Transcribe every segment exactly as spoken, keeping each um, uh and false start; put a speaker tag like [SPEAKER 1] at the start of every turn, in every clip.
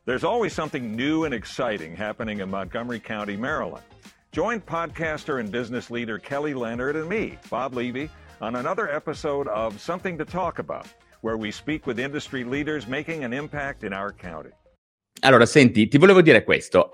[SPEAKER 1] There's always something new and exciting happening in Montgomery County, Maryland. Join podcaster and business leader Kelly Leonard and me, Bob Levy, on another episode of Something to Talk About, where we speak with industry leaders making an impact in our county.
[SPEAKER 2] Allora, senti, ti volevo dire questo.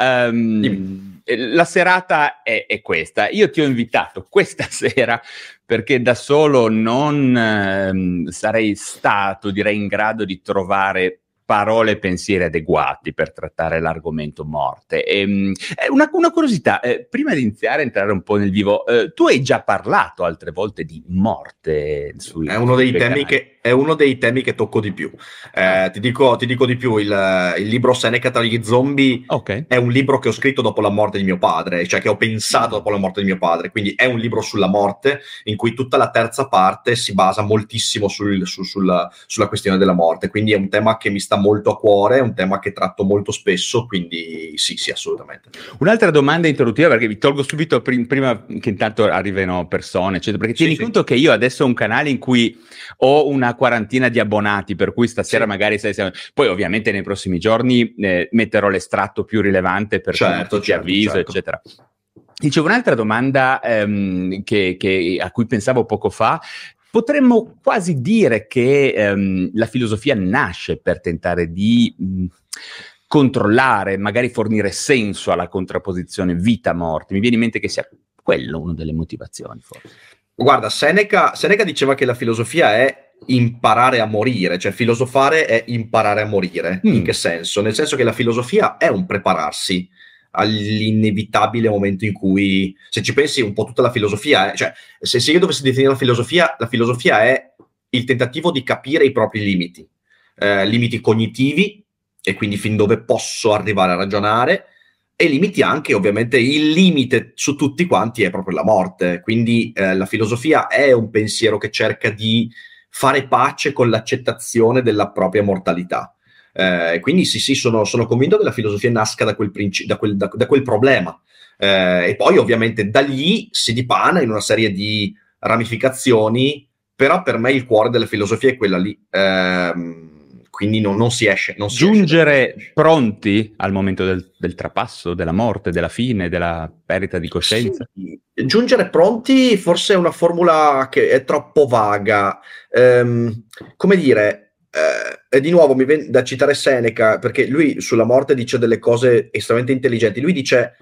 [SPEAKER 2] Um, la serata è, è questa. Io ti ho invitato questa sera perché da solo non um, sarei stato, direi, in grado di trovare parole e pensieri adeguati per trattare l'argomento morte. E, um, una, una curiosità, eh, prima di iniziare a entrare un po' nel vivo, eh, tu hai già parlato altre volte di morte? Sui,
[SPEAKER 3] è uno dei temi
[SPEAKER 2] canali.
[SPEAKER 3] che è uno dei temi che tocco di più. Eh, ti dico, ti dico di più, il, il libro Seneca tra gli zombie
[SPEAKER 2] okay.
[SPEAKER 3] è un libro che ho scritto dopo la morte di mio padre, cioè che ho pensato dopo la morte di mio padre, quindi è un libro sulla morte in cui tutta la terza parte si basa moltissimo sul, su, sulla, sulla questione della morte, quindi è un tema che mi sta molto a cuore, è un tema che tratto molto spesso, quindi sì, sì, assolutamente.
[SPEAKER 2] Un'altra domanda introduttiva, perché vi tolgo subito prim- prima che intanto arrivino persone, eccetera, perché
[SPEAKER 3] sì,
[SPEAKER 2] tieni
[SPEAKER 3] sì.
[SPEAKER 2] conto che io adesso ho un canale in cui ho una quarantina di abbonati, per cui stasera sì. magari sai, sai, poi ovviamente nei prossimi giorni eh, metterò l'estratto più rilevante per
[SPEAKER 3] certo,
[SPEAKER 2] ti
[SPEAKER 3] certo,
[SPEAKER 2] avviso,
[SPEAKER 3] certo.
[SPEAKER 2] eccetera. Dicevo, un'altra domanda ehm, che, che, a cui pensavo poco fa. Potremmo quasi dire che ehm, la filosofia nasce per tentare di mh, controllare, magari fornire senso alla contrapposizione vita-morte. Mi viene in mente che sia quello una delle motivazioni, forse.
[SPEAKER 3] Guarda, Seneca, Seneca diceva che la filosofia è imparare a morire, cioè filosofare è imparare a morire. Mm. In che senso? Nel senso che la filosofia è un prepararsi all'inevitabile momento in cui, se ci pensi un po' tutta la filosofia, è, cioè se, se io dovessi definire la filosofia, la filosofia è il tentativo di capire i propri limiti, eh, limiti cognitivi, e quindi fin dove posso arrivare a ragionare, e limiti anche, ovviamente, il limite su tutti quanti è proprio la morte. Quindi eh, la filosofia è un pensiero che cerca di fare pace con l'accettazione della propria mortalità. Eh, quindi sì, sì, sono, sono convinto che la filosofia nasca da quel, princi- da quel, da, da quel problema. Eh, e poi, ovviamente, da lì si dipana in una serie di ramificazioni, però per me il cuore della filosofia è quella lì. Eh, quindi non, non si esce. Non si
[SPEAKER 2] Giungere
[SPEAKER 3] esce
[SPEAKER 2] pronti al momento del, del trapasso, della morte, della fine, della perdita di coscienza?
[SPEAKER 3] Sì, giungere pronti forse è una formula che è troppo vaga. Ehm, come dire, eh, e di nuovo mi viene da citare Seneca, perché lui sulla morte dice delle cose estremamente intelligenti. Lui dice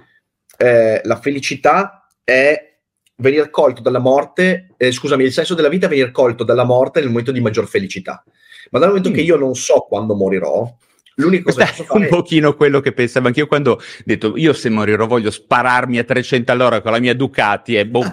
[SPEAKER 3] eh, la felicità è venire colto dalla morte, eh, scusami, il senso della vita è venire colto dalla morte nel momento di maggior felicità. Ma dal momento mm. che io non so quando morirò, l'unica cosa che posso fare
[SPEAKER 2] è un pochino quello che pensavo anch'io quando ho detto io se morirò voglio spararmi a trecento all'ora con la mia Ducati e boom.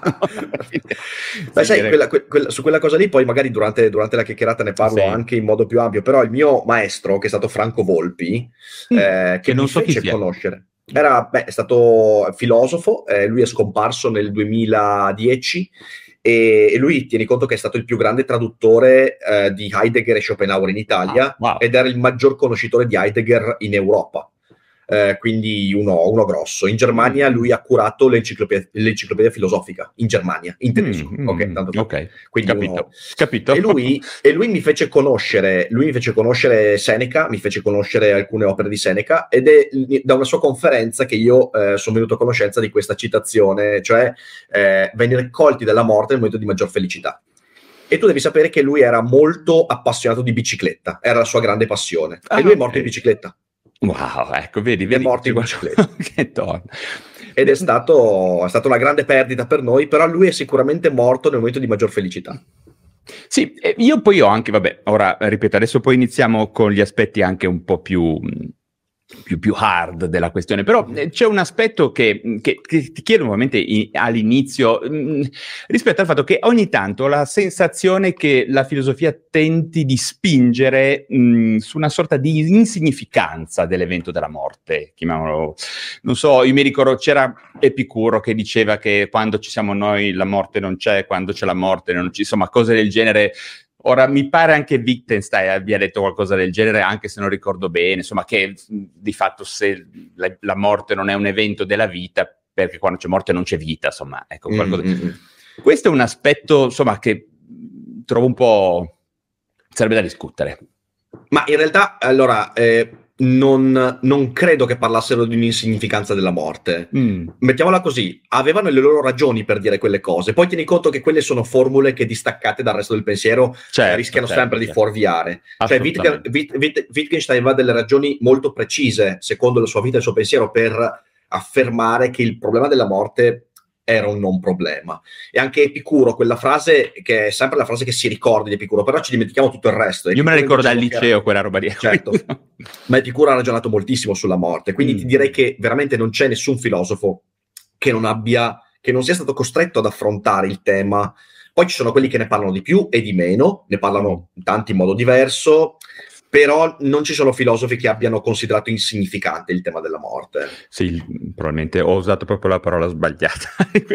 [SPEAKER 3] Beh, sai, quella, quella, su quella cosa lì poi magari durante, durante la chiacchierata ne parlo sì. anche in modo più ampio, però il mio maestro, che è stato Franco Volpi, mm. eh, che, che non mi so fece conoscere, era, beh, è stato filosofo, eh, lui è scomparso nel duemiladieci, e lui, tieni conto che è stato il più grande traduttore eh, di Heidegger e Schopenhauer in Italia, ah, wow. ed era il maggior conoscitore di Heidegger in Europa, eh, quindi uno, uno grosso. In Germania mm. lui ha curato l'enciclopedia, l'enciclopedia filosofica, in Germania, in tedesco.
[SPEAKER 2] Mm,
[SPEAKER 3] ok, tanto
[SPEAKER 2] okay. Quindi capito,
[SPEAKER 3] uno...
[SPEAKER 2] capito.
[SPEAKER 3] E lui, e lui mi fece conoscere, lui mi fece conoscere Seneca, mi fece conoscere alcune opere di Seneca, ed è da una sua conferenza che io eh, sono venuto a conoscenza di questa citazione, cioè eh, venire colti dalla morte nel momento di maggior felicità. E tu devi sapere che lui era molto appassionato di bicicletta, era la sua grande passione, ah, e lui è morto okay. in bicicletta.
[SPEAKER 2] Wow, ecco, vedi, vedi
[SPEAKER 3] è morto in bicicletta.
[SPEAKER 2] Che torna.
[SPEAKER 3] Ed è stato, è stata una grande perdita per noi, però lui è sicuramente morto nel momento di maggior felicità.
[SPEAKER 2] Sì, io poi ho anche, vabbè, ora ripeto, adesso poi iniziamo con gli aspetti anche un po' più... Più, più hard della questione, però c'è un aspetto che, che, che ti chiedo nuovamente in, all'inizio mh, rispetto al fatto che ogni tanto ho la sensazione che la filosofia tenti di spingere mh, su una sorta di insignificanza dell'evento della morte, chiamiamolo, non so, io mi ricordo c'era Epicuro che diceva che quando ci siamo noi la morte non c'è, quando c'è la morte non ci, insomma cose del genere. Ora, mi pare anche Wittgenstein abbia detto qualcosa del genere, anche se non ricordo bene, insomma, che di fatto se la, la morte non è un evento della vita, perché quando c'è morte non c'è vita, insomma, ecco, qualcosa. Mm-hmm. Questo è un aspetto, insomma, che trovo un po'... sarebbe da discutere.
[SPEAKER 3] Ma in realtà, allora, eh, non, non credo che parlassero di un'insignificanza della morte.
[SPEAKER 2] Mm.
[SPEAKER 3] Mettiamola così, avevano le loro ragioni per dire quelle cose, poi tieni conto che quelle sono formule che, distaccate dal resto del pensiero,
[SPEAKER 2] certo,
[SPEAKER 3] eh, rischiano
[SPEAKER 2] certo,
[SPEAKER 3] sempre
[SPEAKER 2] certo.
[SPEAKER 3] di fuorviare. Cioè Wittgen, Witt, Wittgenstein aveva delle ragioni molto precise, secondo la sua vita e il suo pensiero, per affermare che il problema della morte era un non problema. E anche Epicuro, quella frase che è sempre la frase che si ricorda di Epicuro, però ci dimentichiamo tutto il resto.
[SPEAKER 2] Io
[SPEAKER 3] Epicuro
[SPEAKER 2] me la ricordo al liceo,
[SPEAKER 3] era...
[SPEAKER 2] quella roba lì.
[SPEAKER 3] Certo, ma Epicuro ha ragionato moltissimo sulla morte, quindi mm. ti direi che veramente non c'è nessun filosofo che non abbia, che non sia stato costretto ad affrontare il tema. Poi ci sono quelli che ne parlano di più e di meno, ne parlano tanti in modo diverso, però non ci sono filosofi che abbiano considerato insignificante il tema della morte.
[SPEAKER 2] Sì, probabilmente ho usato proprio la parola sbagliata.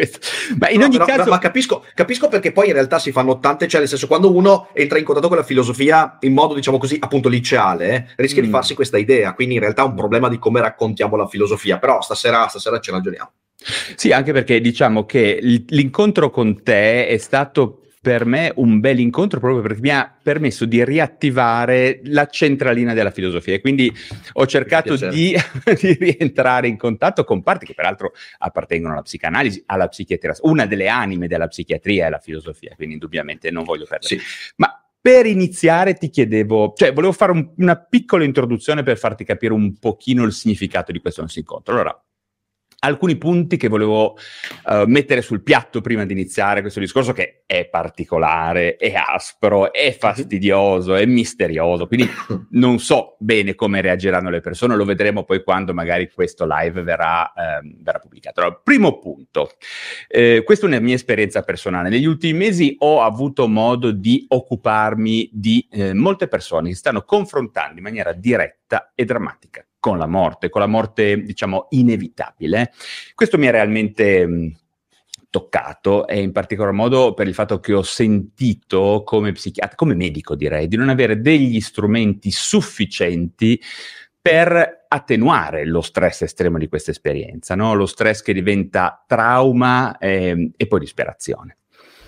[SPEAKER 2] Ma in
[SPEAKER 3] no,
[SPEAKER 2] ogni
[SPEAKER 3] però,
[SPEAKER 2] caso...
[SPEAKER 3] Ma capisco, capisco perché poi in realtà si fanno tante, cioè nel senso, quando uno entra in contatto con la filosofia in modo, diciamo così, appunto liceale, eh, rischia mm. di farsi questa idea, quindi in realtà è un problema di come raccontiamo la filosofia, però stasera, stasera ci ragioniamo.
[SPEAKER 2] Sì, anche perché diciamo che l'incontro con te è stato per me un bel incontro proprio perché mi ha permesso di riattivare la centralina della filosofia e quindi ho cercato di, di rientrare in contatto con parti che peraltro appartengono alla psicanalisi, alla psichiatria. Una delle anime della psichiatria è la filosofia, quindi indubbiamente non voglio perdere. Sì. Ma per iniziare ti chiedevo, cioè volevo fare un, una piccola introduzione per farti capire un pochino il significato di questo nostro incontro. Allora, alcuni punti che volevo uh, mettere sul piatto prima di iniziare questo discorso, che è particolare, è aspro, è fastidioso, è misterioso, quindi non so bene come reagiranno le persone, lo vedremo poi quando magari questo live verrà, eh, verrà pubblicato. Allora, primo punto, eh, questa è una mia esperienza personale. Negli ultimi mesi ho avuto modo di occuparmi di eh, molte persone che stanno confrontando in maniera diretta e drammatica con la morte, con la morte, diciamo, inevitabile. Questo mi ha realmente mh, toccato, e in particolar modo per il fatto che ho sentito come psichiatra, come medico direi, di non avere degli strumenti sufficienti per attenuare lo stress estremo di questa esperienza, no? Lo stress che diventa trauma eh, e poi disperazione.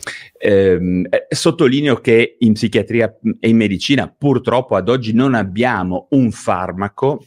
[SPEAKER 2] Eh, sottolineo che in psichiatria e in medicina purtroppo ad oggi non abbiamo un farmaco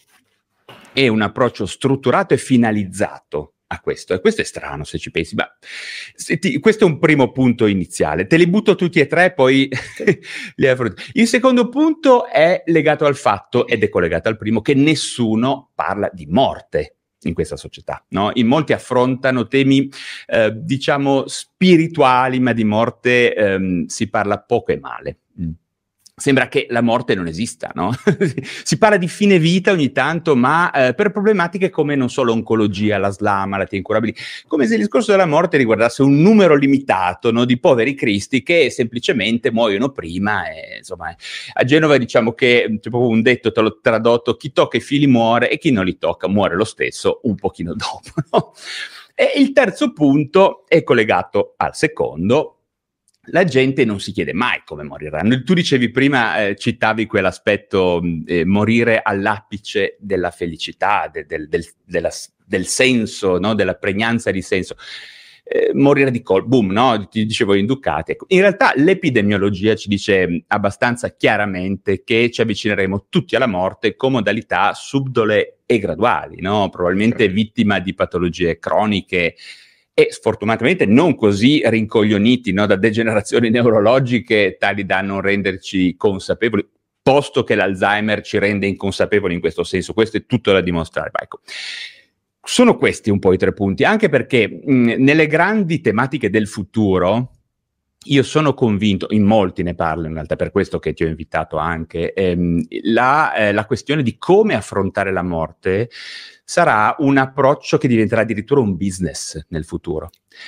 [SPEAKER 2] e un approccio strutturato e finalizzato a questo. E questo è strano se ci pensi, ma se ti, questo è un primo punto iniziale. Te li butto tutti e tre, poi li affronti. Il secondo punto è legato al fatto, ed è collegato al primo, che nessuno parla di morte in questa società, no? In molti affrontano temi, eh, diciamo, spirituali, ma di morte ehm, si parla poco e male. Mm. Sembra che la morte non esista, no? Si parla di fine vita ogni tanto, ma eh, per problematiche come, non solo oncologia, la S L A, malattie incurabili, come se il discorso della morte riguardasse un numero limitato, no, di poveri cristi che semplicemente muoiono prima. E, insomma, a Genova diciamo che c'è proprio un detto, te l'ho tradotto: chi tocca i fili muore e chi non li tocca muore lo stesso un pochino dopo, no? E il terzo punto è collegato al secondo. La gente non si chiede mai come moriranno. Tu dicevi prima, eh, citavi quell'aspetto, eh, morire all'apice della felicità, de, del, del, della, del senso, no? Della pregnanza di senso. Eh, morire di colpo, boom, no? Ti dicevo in Ducati. Ecco, in realtà l'epidemiologia ci dice abbastanza chiaramente che ci avvicineremo tutti alla morte con modalità subdole e graduali, no? Probabilmente okay. vittima di patologie croniche, e sfortunatamente non così rincoglioniti, no, da degenerazioni neurologiche tali da non renderci consapevoli, posto che l'Alzheimer ci rende inconsapevoli in questo senso. Questo è tutto da dimostrare. Ma ecco, sono questi un po' i tre punti, anche perché mh, nelle grandi tematiche del futuro io sono convinto, in molti ne parlo in realtà, per questo che ti ho invitato anche, ehm, la, eh, la questione di come affrontare la morte sarà un approccio che diventerà addirittura un business nel futuro.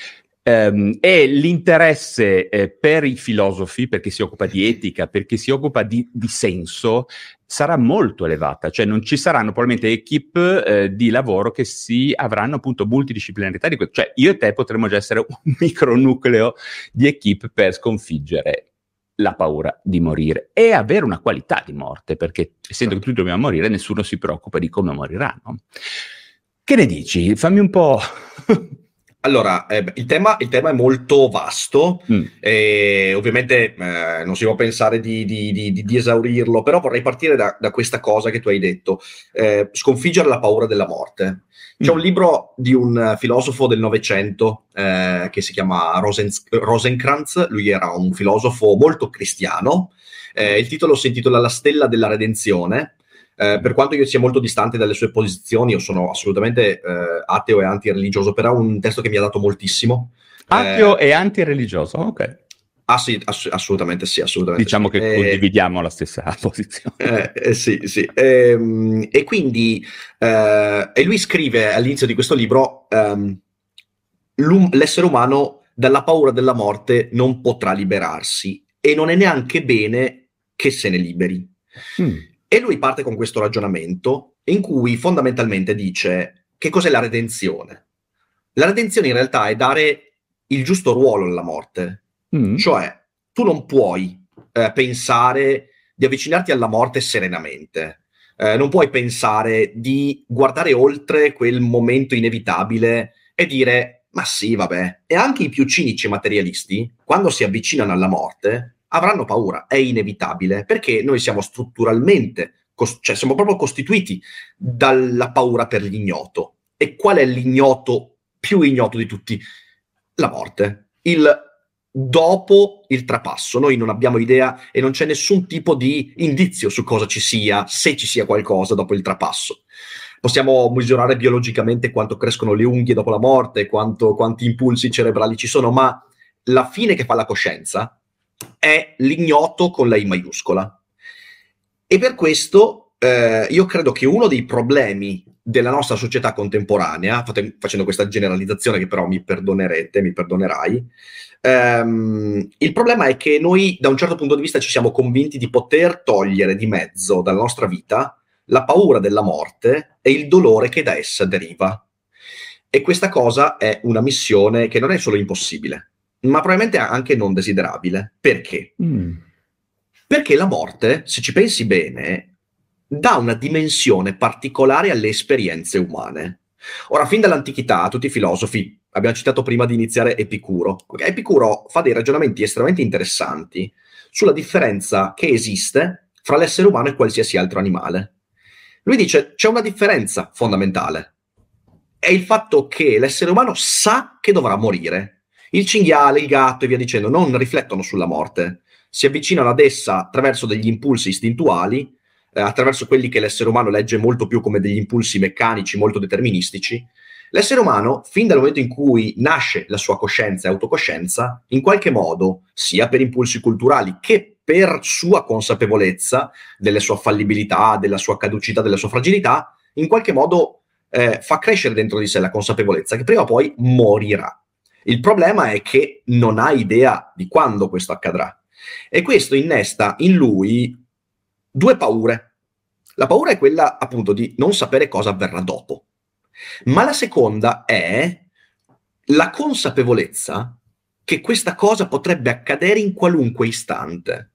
[SPEAKER 2] Um, e l'interesse eh, per i filosofi, per chi si occupa di etica, per chi si occupa di, di senso, sarà molto elevata. Cioè non ci saranno probabilmente equip eh, di lavoro che si avranno appunto multidisciplinarità di questo. Cioè io e te potremmo già essere un micronucleo di equip per sconfiggere la paura di morire e avere una qualità di morte, perché essendo che tutti dobbiamo morire, nessuno si preoccupa di come morirà, no? Che ne dici? Fammi un po'...
[SPEAKER 3] Allora, eh, il, tema, il tema è molto vasto,
[SPEAKER 2] mm.
[SPEAKER 3] e ovviamente eh, non si può pensare di, di, di, di esaurirlo, però vorrei partire da, da questa cosa che tu hai detto, eh, sconfiggere la paura della morte. C'è mm. un libro di un filosofo del Novecento eh, che si chiama Rosen, Rosenkranz, lui era un filosofo molto cristiano, eh, il titolo si intitola La stella della redenzione. Eh, per quanto io sia molto distante dalle sue posizioni, io sono assolutamente eh, ateo e antireligioso, però è un testo che mi ha dato moltissimo.
[SPEAKER 2] Ateo
[SPEAKER 3] eh,
[SPEAKER 2] e antireligioso, ok.
[SPEAKER 3] Ah sì, ass- assolutamente sì, assolutamente
[SPEAKER 2] diciamo
[SPEAKER 3] sì.
[SPEAKER 2] che
[SPEAKER 3] eh,
[SPEAKER 2] condividiamo la stessa posizione.
[SPEAKER 3] Eh, eh, sì, sì. Eh, e quindi eh, e lui scrive all'inizio di questo libro ehm, l'essere umano dalla paura della morte non potrà liberarsi e non è neanche bene che se ne liberi. Mm. E lui parte con questo ragionamento in cui fondamentalmente dice che cos'è la redenzione. La redenzione in realtà è dare il giusto ruolo alla morte. Mm. Cioè, tu non puoi eh, pensare di avvicinarti alla morte serenamente. Eh, non puoi pensare di guardare oltre quel momento inevitabile e dire, ma sì, vabbè. E anche i più cinici materialisti, quando si avvicinano alla morte, avranno paura, è inevitabile, perché noi siamo strutturalmente, cos- cioè siamo proprio costituiti dalla paura per l'ignoto. E qual è l'ignoto più ignoto di tutti? La morte. Il dopo il trapasso. Noi non abbiamo idea e non c'è nessun tipo di indizio su cosa ci sia, se ci sia qualcosa dopo il trapasso. Possiamo misurare biologicamente quanto crescono le unghie dopo la morte, quanto, quanti impulsi cerebrali ci sono, ma la fine che fa la coscienza è l'ignoto con la I maiuscola. E per questo eh, io credo che uno dei problemi della nostra società contemporanea, facendo questa generalizzazione che però mi perdonerete, mi perdonerai, ehm, il problema è che noi da un certo punto di vista ci siamo convinti di poter togliere di mezzo dalla nostra vita la paura della morte e il dolore che da essa deriva. E questa cosa è una missione che non è solo impossibile, ma probabilmente anche non desiderabile. Perché? Mm. Perché la morte, se ci pensi bene, dà una dimensione particolare alle esperienze umane. Ora, fin dall'antichità, tutti i filosofi, abbiamo citato prima di iniziare Epicuro, okay? Epicuro fa dei ragionamenti estremamente interessanti sulla differenza che esiste fra l'essere umano e qualsiasi altro animale. Lui dice, c'è una differenza fondamentale, è il fatto che l'essere umano sa che dovrà morire. Il cinghiale, il gatto e via dicendo non riflettono sulla morte, si avvicinano ad essa attraverso degli impulsi istintuali, eh, attraverso quelli che l'essere umano legge molto più come degli impulsi meccanici, molto deterministici. L'essere umano, fin dal momento in cui nasce la sua coscienza e autocoscienza, in qualche modo, sia per impulsi culturali che per sua consapevolezza delle sue fallibilità, della sua caducità, della sua fragilità, in qualche modo eh, fa crescere dentro di sé la consapevolezza che prima o poi morirà. Il problema è che non ha idea di quando questo accadrà. E questo innesta in lui due paure. La paura è quella, appunto, di non sapere cosa avverrà dopo. Ma la seconda è la consapevolezza che questa cosa potrebbe accadere in qualunque istante.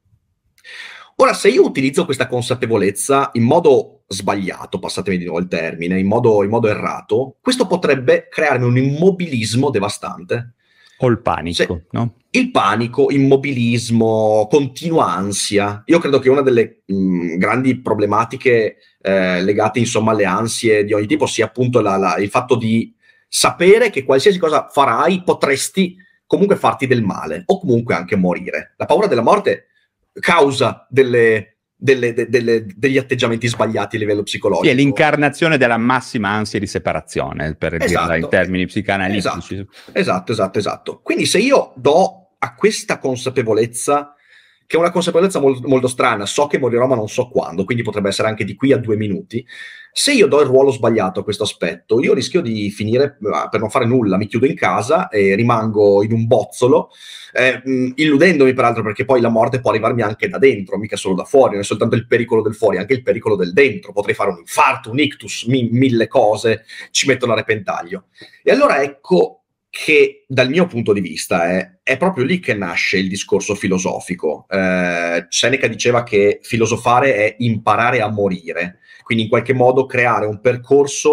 [SPEAKER 3] Ora, se io utilizzo questa consapevolezza in modo sbagliato, passatemi di nuovo il termine, in modo, in modo errato, questo potrebbe crearmi un immobilismo devastante.
[SPEAKER 2] O il panico, se, no?
[SPEAKER 3] Il panico, immobilismo, continua ansia. Io credo che una delle mh, grandi problematiche eh, legate insomma alle ansie di ogni tipo sia appunto la, la, il fatto di sapere che qualsiasi cosa farai potresti comunque farti del male o comunque anche morire. La paura della morte causa delle... Delle, de, delle, degli atteggiamenti sbagliati a livello psicologico.
[SPEAKER 2] Sì, è l'incarnazione della massima ansia di separazione, per esatto, dirla in termini psicanalitici.
[SPEAKER 3] Esatto, esatto, esatto, esatto. Quindi se io do a questa consapevolezza, che è una consapevolezza molto, molto strana, so che morirò ma non so quando, quindi potrebbe essere anche di qui a due minuti, se io do il ruolo sbagliato a questo aspetto, io rischio di finire per non fare nulla, mi chiudo in casa e rimango in un bozzolo, eh, illudendomi peraltro, perché poi la morte può arrivarmi anche da dentro, mica solo da fuori, non è soltanto il pericolo del fuori, anche il pericolo del dentro, potrei fare un infarto, un ictus, mi, mille cose ci mettono a repentaglio. E allora ecco che dal mio punto di vista è, è proprio lì che nasce il discorso filosofico. Eh, Seneca diceva che filosofare è imparare a morire, quindi in qualche modo creare un percorso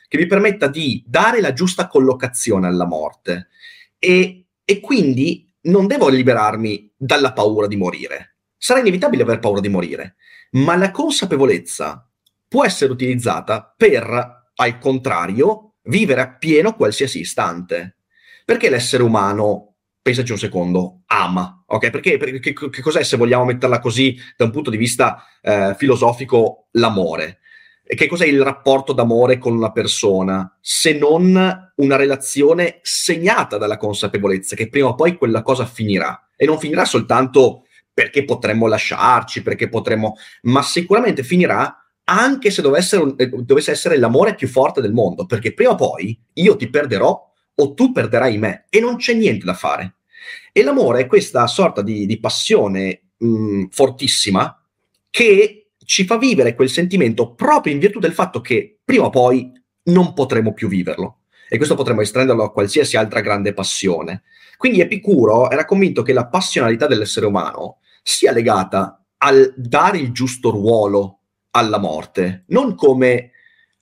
[SPEAKER 3] che mi permetta di dare la giusta collocazione alla morte e, e quindi non devo liberarmi dalla paura di morire. Sarà inevitabile aver paura di morire, ma la consapevolezza può essere utilizzata per, al contrario, vivere appieno qualsiasi istante. Perché l'essere umano, pensaci un secondo, ama, ok? Perché, perché che, che cos'è, se vogliamo metterla così da un punto di vista eh, filosofico, l'amore? E che cos'è il rapporto d'amore con una persona, se non una relazione segnata dalla consapevolezza che prima o poi quella cosa finirà, e non finirà soltanto perché potremmo lasciarci, perché potremmo, ma sicuramente finirà anche se dovesse essere, dovesse essere l'amore più forte del mondo, perché prima o poi io ti perderò o tu perderai me, e non c'è niente da fare. E l'amore è questa sorta di, di passione mh, fortissima che ci fa vivere quel sentimento proprio in virtù del fatto che prima o poi non potremo più viverlo. E questo potremmo estenderlo a qualsiasi altra grande passione. Quindi Epicuro era convinto che la passionalità dell'essere umano sia legata al dare il giusto ruolo alla morte, non come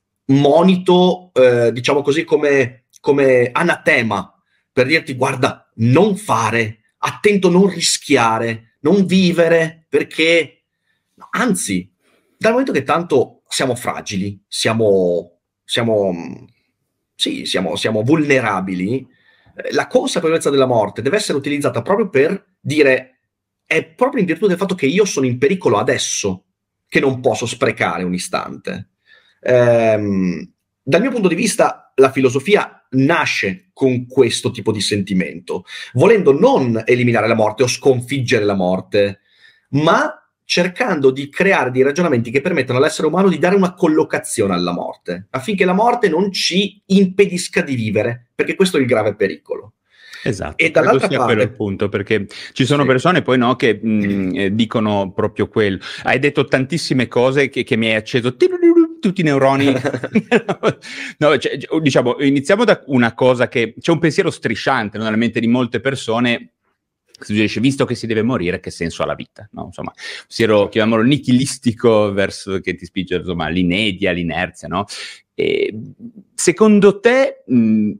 [SPEAKER 3] monito, eh, diciamo così, come, come anatema, per dirti guarda, non fare, attento, non rischiare, non vivere, perché anzi, dal momento che tanto siamo fragili, siamo, siamo, sì, siamo, siamo vulnerabili, eh, la consapevolezza della morte deve essere utilizzata proprio per dire è proprio in virtù del fatto che io sono in pericolo adesso che non posso sprecare un istante. Ehm, dal mio punto di vista, la filosofia nasce con questo tipo di sentimento, volendo non eliminare la morte o sconfiggere la morte, ma cercando di creare dei ragionamenti che permettano all'essere umano di dare una collocazione alla morte, affinché la morte non ci impedisca di vivere, perché questo è il grave pericolo.
[SPEAKER 2] Esatto,
[SPEAKER 3] e dall'altra
[SPEAKER 2] sia
[SPEAKER 3] parte,
[SPEAKER 2] quello il punto, perché ci sono sì. persone poi no, che mh, eh, dicono proprio quello. Hai detto tantissime cose che, che mi hai acceso tutti i neuroni. No, cioè, diciamo, iniziamo da una cosa che c'è un pensiero strisciante nella mente di molte persone. Si dice, visto che si deve morire, che senso ha la vita? No? Insomma, pensiero, chiamiamolo nichilistico, verso che ti spinge insomma all'inedia, all'inerzia, no? E, secondo te mh,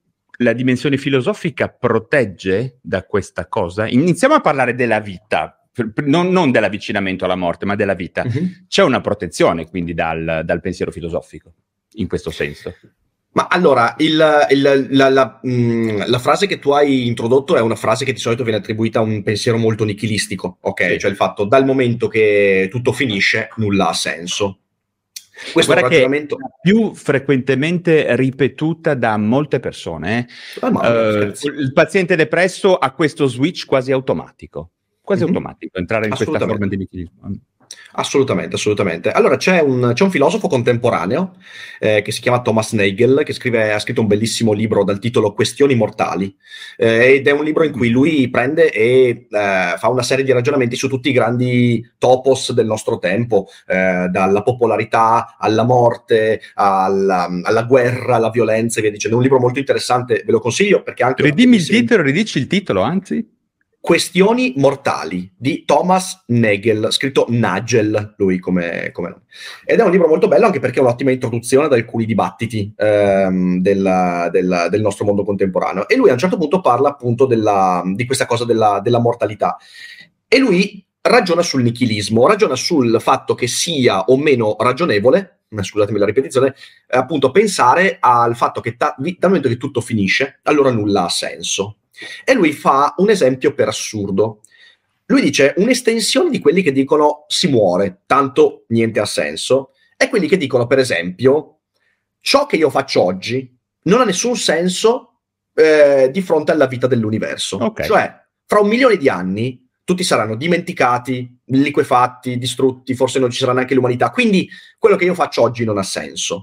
[SPEAKER 2] la dimensione filosofica protegge da questa cosa? Iniziamo a parlare della vita, non, non dell'avvicinamento alla morte, ma della vita. Uh-huh. C'è una protezione quindi dal, dal pensiero filosofico, in questo senso?
[SPEAKER 3] Ma allora, il, il, la, la, mh, la frase che tu hai introdotto è una frase che di solito viene attribuita a un pensiero molto nichilistico, ok? Sì. Cioè il fatto, dal momento che tutto finisce, nulla ha senso.
[SPEAKER 2] Questo Guarda ragionamento che è più frequentemente ripetuta da molte persone. Eh?
[SPEAKER 3] Ah, ma,
[SPEAKER 2] uh, il paziente depresso ha questo switch quasi automatico, quasi mm-hmm. automatico, entrare in questa forma di nichilismo.
[SPEAKER 3] Assolutamente, assolutamente. Allora c'è un, c'è un filosofo contemporaneo eh, che si chiama Thomas Nagel, che scrive, ha scritto un bellissimo libro dal titolo Questioni mortali, eh, ed è un libro in cui lui prende e eh, fa una serie di ragionamenti su tutti i grandi topos del nostro tempo, eh, dalla popolarità alla morte, alla, alla guerra, alla violenza e via dicendo. È un libro molto interessante, ve lo consiglio perché anche...
[SPEAKER 2] Ridimmi il titolo, ridici il titolo, anzi...
[SPEAKER 3] Questioni mortali di Thomas Nagel, scritto Nagel, lui come, come nome. Ed è un libro molto bello anche perché è un'ottima introduzione ad alcuni dibattiti ehm, della, della, del nostro mondo contemporaneo. E lui a un certo punto parla appunto della, di questa cosa della, della mortalità. E lui ragiona sul nichilismo, ragiona sul fatto che sia o meno ragionevole, scusatemi la ripetizione, eh, appunto pensare al fatto che ta- dal momento che tutto finisce, allora nulla ha senso. E lui fa un esempio per assurdo. Lui dice un'estensione di quelli che dicono si muore, tanto niente ha senso, è quelli che dicono per esempio ciò che io faccio oggi non ha nessun senso eh, di fronte alla vita dell'universo. Okay. Cioè, fra un milione di anni tutti saranno dimenticati, liquefatti, distrutti, forse non ci sarà neanche l'umanità, quindi quello che io faccio oggi non ha senso.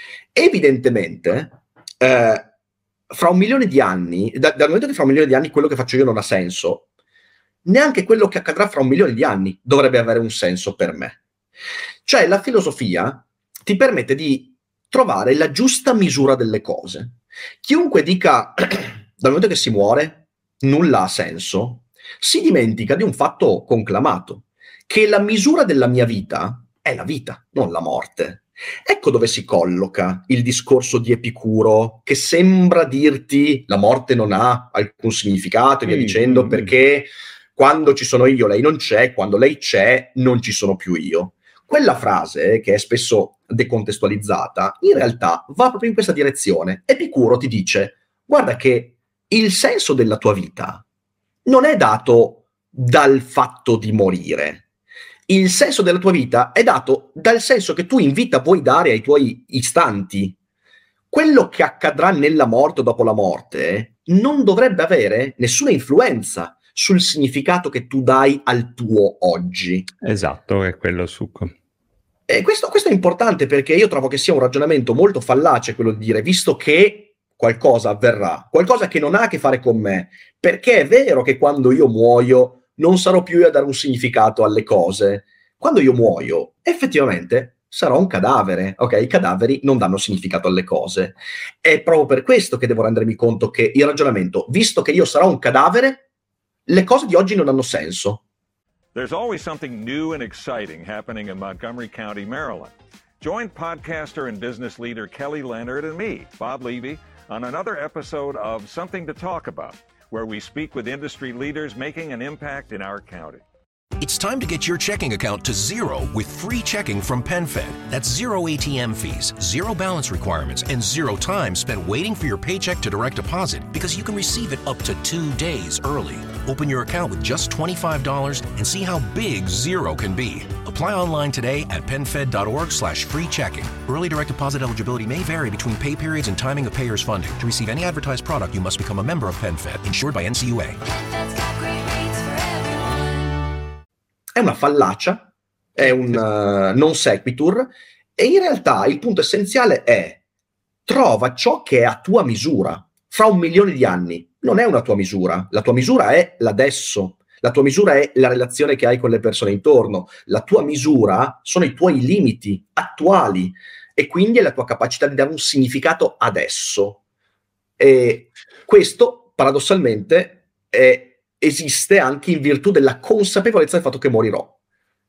[SPEAKER 3] Evidentemente eh, fra un milione di anni, da, dal momento che fra un milione di anni quello che faccio io non ha senso, neanche quello che accadrà fra un milione di anni dovrebbe avere un senso per me. Cioè la filosofia ti permette di trovare la giusta misura delle cose. Chiunque dica dal momento che si muore nulla ha senso, si dimentica di un fatto conclamato, che la misura della mia vita è la vita, non la morte. Ecco dove si colloca il discorso di Epicuro, che sembra dirti la morte non ha alcun significato e via
[SPEAKER 2] Mm,
[SPEAKER 3] dicendo,
[SPEAKER 2] mm,
[SPEAKER 3] perché quando ci sono io lei non c'è, quando lei c'è non ci sono più io. Quella frase, che è spesso decontestualizzata, in realtà va proprio in questa direzione. Epicuro ti dice: guarda che il senso della tua vita non è dato dal fatto di morire. Il senso della tua vita è dato dal senso che tu in vita vuoi dare ai tuoi istanti. Quello che accadrà nella morte o dopo la morte non dovrebbe avere nessuna influenza sul significato che tu dai al tuo oggi.
[SPEAKER 2] Esatto, è quello il succo.
[SPEAKER 3] E questo, questo è importante, perché io trovo che sia un ragionamento molto fallace quello di dire, visto che qualcosa avverrà, qualcosa che non ha a che fare con me, perché è vero che quando io muoio non sarò più io a dare un significato alle cose. Quando io muoio, effettivamente sarò un cadavere, ok? I cadaveri non danno significato alle cose. È proprio per questo che devo rendermi conto che il ragionamento, visto che io sarò un cadavere, le cose di oggi non hanno senso.
[SPEAKER 1] There's always something new and exciting happening in Montgomery County, Maryland. Join podcaster and business leader Kelly Leonard and me, Bob Levy, on another episode of Something to Talk About, where we speak with industry leaders making an impact in our county.
[SPEAKER 4] It's time to get your checking account to zero with free checking from PenFed. That's zero A T M fees, zero balance requirements, and zero time spent waiting for your paycheck to direct deposit, because you can receive it up to two days early. Open your account with just twenty-five dollars and see how big zero can be. Apply online today at penfed.org slash free checking. Early direct deposit eligibility may vary between pay periods and timing of payer's funding. To receive any advertised product, you must become a member of PenFed, insured by N C U A.
[SPEAKER 3] È una fallacia, è un uh, non sequitur, e in realtà il punto essenziale è: trova ciò che è a tua misura. Fra un milione di anni non è una tua misura, la tua misura è l'adesso, la tua misura è la relazione che hai con le persone intorno, la tua misura sono i tuoi limiti attuali, e quindi è la tua capacità di dare un significato adesso. E questo, paradossalmente, è esiste anche in virtù della consapevolezza del fatto che morirò.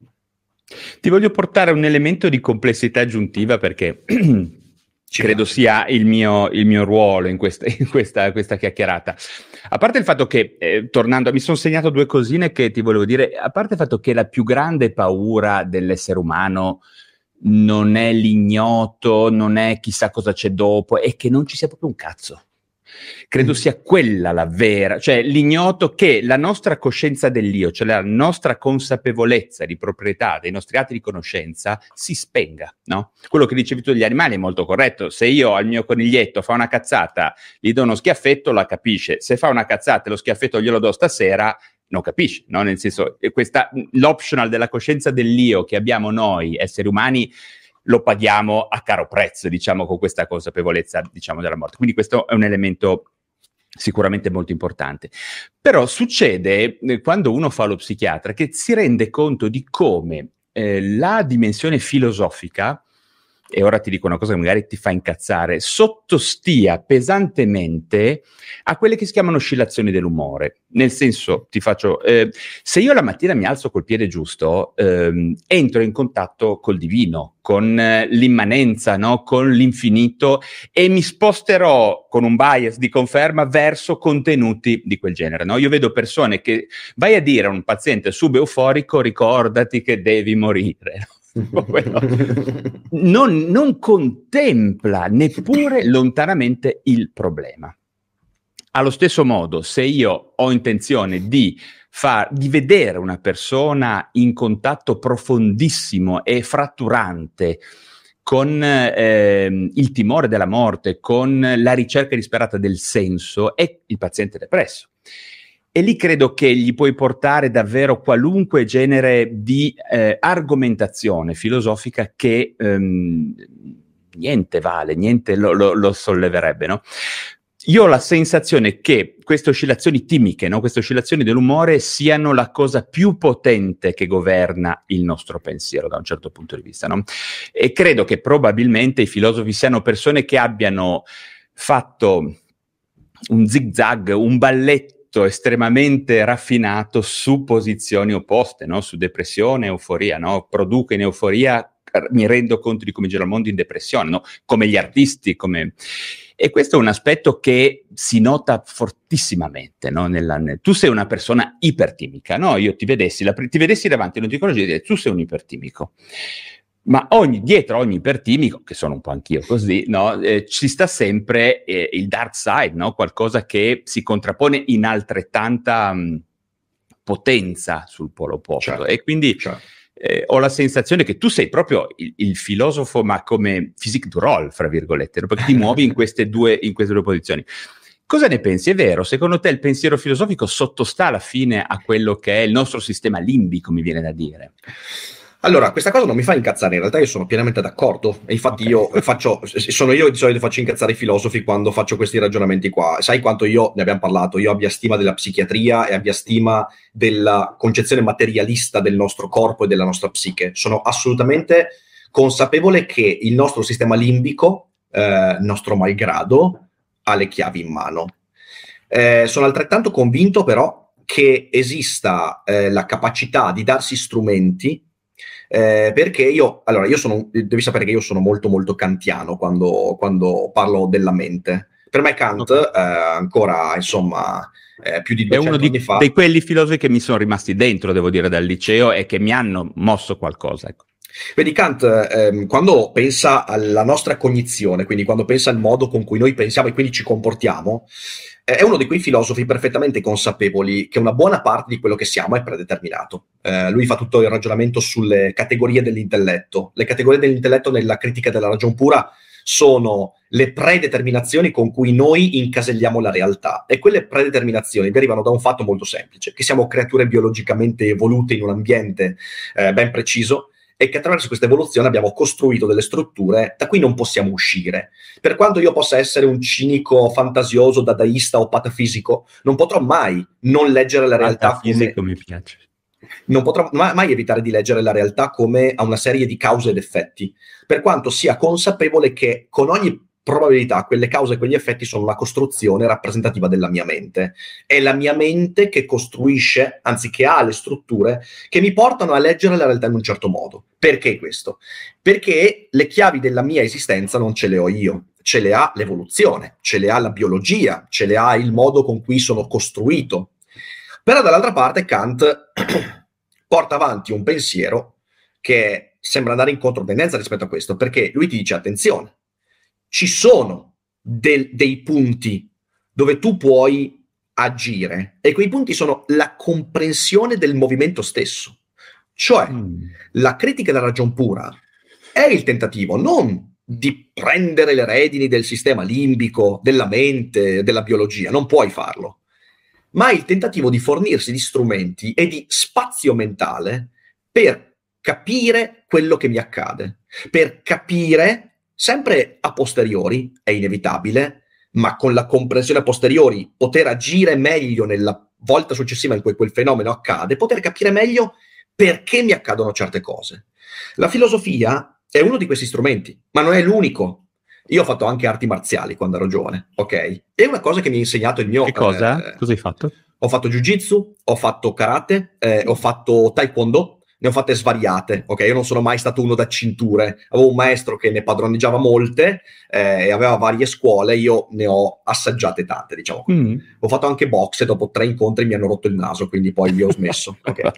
[SPEAKER 2] Ti voglio portare un elemento di complessità aggiuntiva, perché credo sia il mio, il mio ruolo in questa, in questa, questa chiacchierata. A parte il fatto che, eh, tornando, mi sono segnato due cosine che ti volevo dire. A parte il fatto che la più grande paura dell'essere umano non è l'ignoto, non è chissà cosa c'è dopo, è che non ci sia proprio un cazzo. Credo sia quella la vera, cioè l'ignoto, che la nostra coscienza dell'io, cioè la nostra consapevolezza di proprietà dei nostri atti di conoscenza, si spenga, no? Quello che dicevi tu degli animali è molto corretto. Se io al mio coniglietto fa una cazzata, gli do uno schiaffetto, la capisce. Se fa una cazzata e lo schiaffetto glielo do stasera, non capisci, no? Nel senso, questa, l'optional della coscienza dell'io che abbiamo noi esseri umani, lo paghiamo a caro prezzo, diciamo, con questa consapevolezza, diciamo, della morte. Quindi questo è un elemento sicuramente molto importante. Però succede, eh, quando uno fa lo psichiatra, che si rende conto di come eh, la dimensione filosofica, e ora ti dico una cosa che magari ti fa incazzare, sottostia pesantemente a quelle che si chiamano oscillazioni dell'umore. Nel senso, ti faccio, eh, se io la mattina mi alzo col piede giusto, ehm, entro in contatto col divino, con eh, l'immanenza, no? Con l'infinito, e mi sposterò con un bias di conferma verso contenuti di quel genere, no? Io vedo persone che vai a dire a un paziente subeuforico: ricordati che devi morire, no? Non, non contempla neppure lontanamente il problema. Allo stesso modo, se io ho intenzione di, far, di vedere una persona in contatto profondissimo e fratturante con eh, il timore della morte, con la ricerca disperata del senso, è il paziente depresso. E lì credo che gli puoi portare davvero qualunque genere di eh, argomentazione filosofica che ehm, niente vale, niente lo, lo, lo solleverebbe, no? Io ho la sensazione che queste oscillazioni timiche, no? Queste oscillazioni dell'umore siano la cosa più potente che governa il nostro pensiero da un certo punto di vista, no? E credo che probabilmente i filosofi siano persone che abbiano fatto un zigzag, un balletto estremamente raffinato su posizioni opposte, no? Su depressione e euforia, no? Produco in euforia, mi rendo conto di come gira il mondo in depressione, no? Come gli artisti, come... E questo è un aspetto che si nota fortissimamente, no? Nella, nel... Tu sei una persona ipertimica, no? Io ti vedessi, la... ti vedessi davanti, non ti conosci, direi, tu sei un ipertimico. Ma ogni, dietro ogni ipertimico, che sono un po' anch'io così, no? Eh, ci sta sempre eh, il dark side, no? Qualcosa che si contrappone in altrettanta mh, potenza sul polo opposto.
[SPEAKER 3] Certo,
[SPEAKER 2] e quindi
[SPEAKER 3] certo.
[SPEAKER 2] eh, ho la sensazione che tu sei proprio il, il filosofo, ma come physique du rôle, fra virgolette, no? Perché ti muovi in queste due, in queste due posizioni. Cosa ne pensi? È vero? Secondo te il pensiero filosofico sottostà alla fine a quello che è il nostro sistema limbico, mi viene da dire?
[SPEAKER 3] Allora, questa cosa non mi fa incazzare, in realtà io sono pienamente d'accordo, e infatti okay. io faccio, sono io di solito faccio incazzare i filosofi quando faccio questi ragionamenti qua. Sai quanto io, ne abbiamo parlato, io abbia stima della psichiatria e abbia stima della concezione materialista del nostro corpo e della nostra psiche. Sono assolutamente consapevole che il nostro sistema limbico, eh, nostro malgrado, ha le chiavi in mano. Eh, sono altrettanto convinto però che esista eh, la capacità di darsi strumenti. Eh, perché io, allora, io sono, devi sapere che io sono molto molto kantiano quando, quando parlo della mente. Per me Kant, okay. eh, ancora, insomma, eh, più di duecento
[SPEAKER 2] anni fa... È uno
[SPEAKER 3] di, fa...
[SPEAKER 2] di quelli filosofi che mi sono rimasti dentro, devo dire, dal liceo e che mi hanno mosso qualcosa, ecco.
[SPEAKER 3] Vedi, Kant, ehm, quando pensa alla nostra cognizione, quindi quando pensa al modo con cui noi pensiamo e quindi ci comportiamo, è uno di quei filosofi perfettamente consapevoli che una buona parte di quello che siamo è predeterminato. Eh, lui fa tutto il ragionamento sulle categorie dell'intelletto. Le categorie dell'intelletto nella critica della ragion pura sono le predeterminazioni con cui noi incaselliamo la realtà, e quelle predeterminazioni derivano da un fatto molto semplice, che siamo creature biologicamente evolute in un ambiente eh, ben preciso, e che attraverso questa evoluzione abbiamo costruito delle strutture da cui non possiamo uscire. Per quanto io possa essere un cinico, fantasioso, dadaista o patafisico, non potrò mai non leggere la realtà
[SPEAKER 2] patafisico come... mi piace.
[SPEAKER 3] Non potrò ma- mai evitare di leggere la realtà come a una serie di cause ed effetti, per quanto sia consapevole che con ogni probabilità quelle cause e quegli effetti sono una costruzione rappresentativa della mia mente. È la mia mente che costruisce, anzi che ha le strutture che mi portano a leggere la realtà in un certo modo. Perché questo? Perché le chiavi della mia esistenza non ce le ho io, ce le ha l'evoluzione, ce le ha la biologia, ce le ha il modo con cui sono costruito. Però dall'altra parte Kant porta avanti un pensiero che sembra andare in controtendenza rispetto a questo, perché lui ti dice: attenzione, ci sono del, dei punti dove tu puoi agire, e quei punti sono la comprensione del movimento stesso. Cioè, mm. la critica della ragion pura è il tentativo non di prendere le redini del sistema limbico, della mente, della biologia, non puoi farlo, ma il tentativo di fornirsi di strumenti e di spazio mentale per capire quello che mi accade, per capire, sempre a posteriori, è inevitabile, ma con la comprensione a posteriori, poter agire meglio nella volta successiva in cui quel fenomeno accade, poter capire meglio perché mi accadono certe cose. La filosofia è uno di questi strumenti, ma non è l'unico. Io ho fatto anche arti marziali quando ero giovane, ok? È una cosa che mi ha insegnato il mio...
[SPEAKER 2] Che cosa? Eh, cosa hai fatto?
[SPEAKER 3] Ho fatto jiu-jitsu, ho fatto karate, eh, ho fatto taekwondo, ne ho fatte svariate, ok? Io non sono mai stato uno da cinture. Avevo un maestro che ne padroneggiava molte eh, e aveva varie scuole, io ne ho assaggiate tante, diciamo. Mm. Ho fatto anche boxe, dopo tre incontri mi hanno rotto il naso, quindi poi vi ho smesso, ok?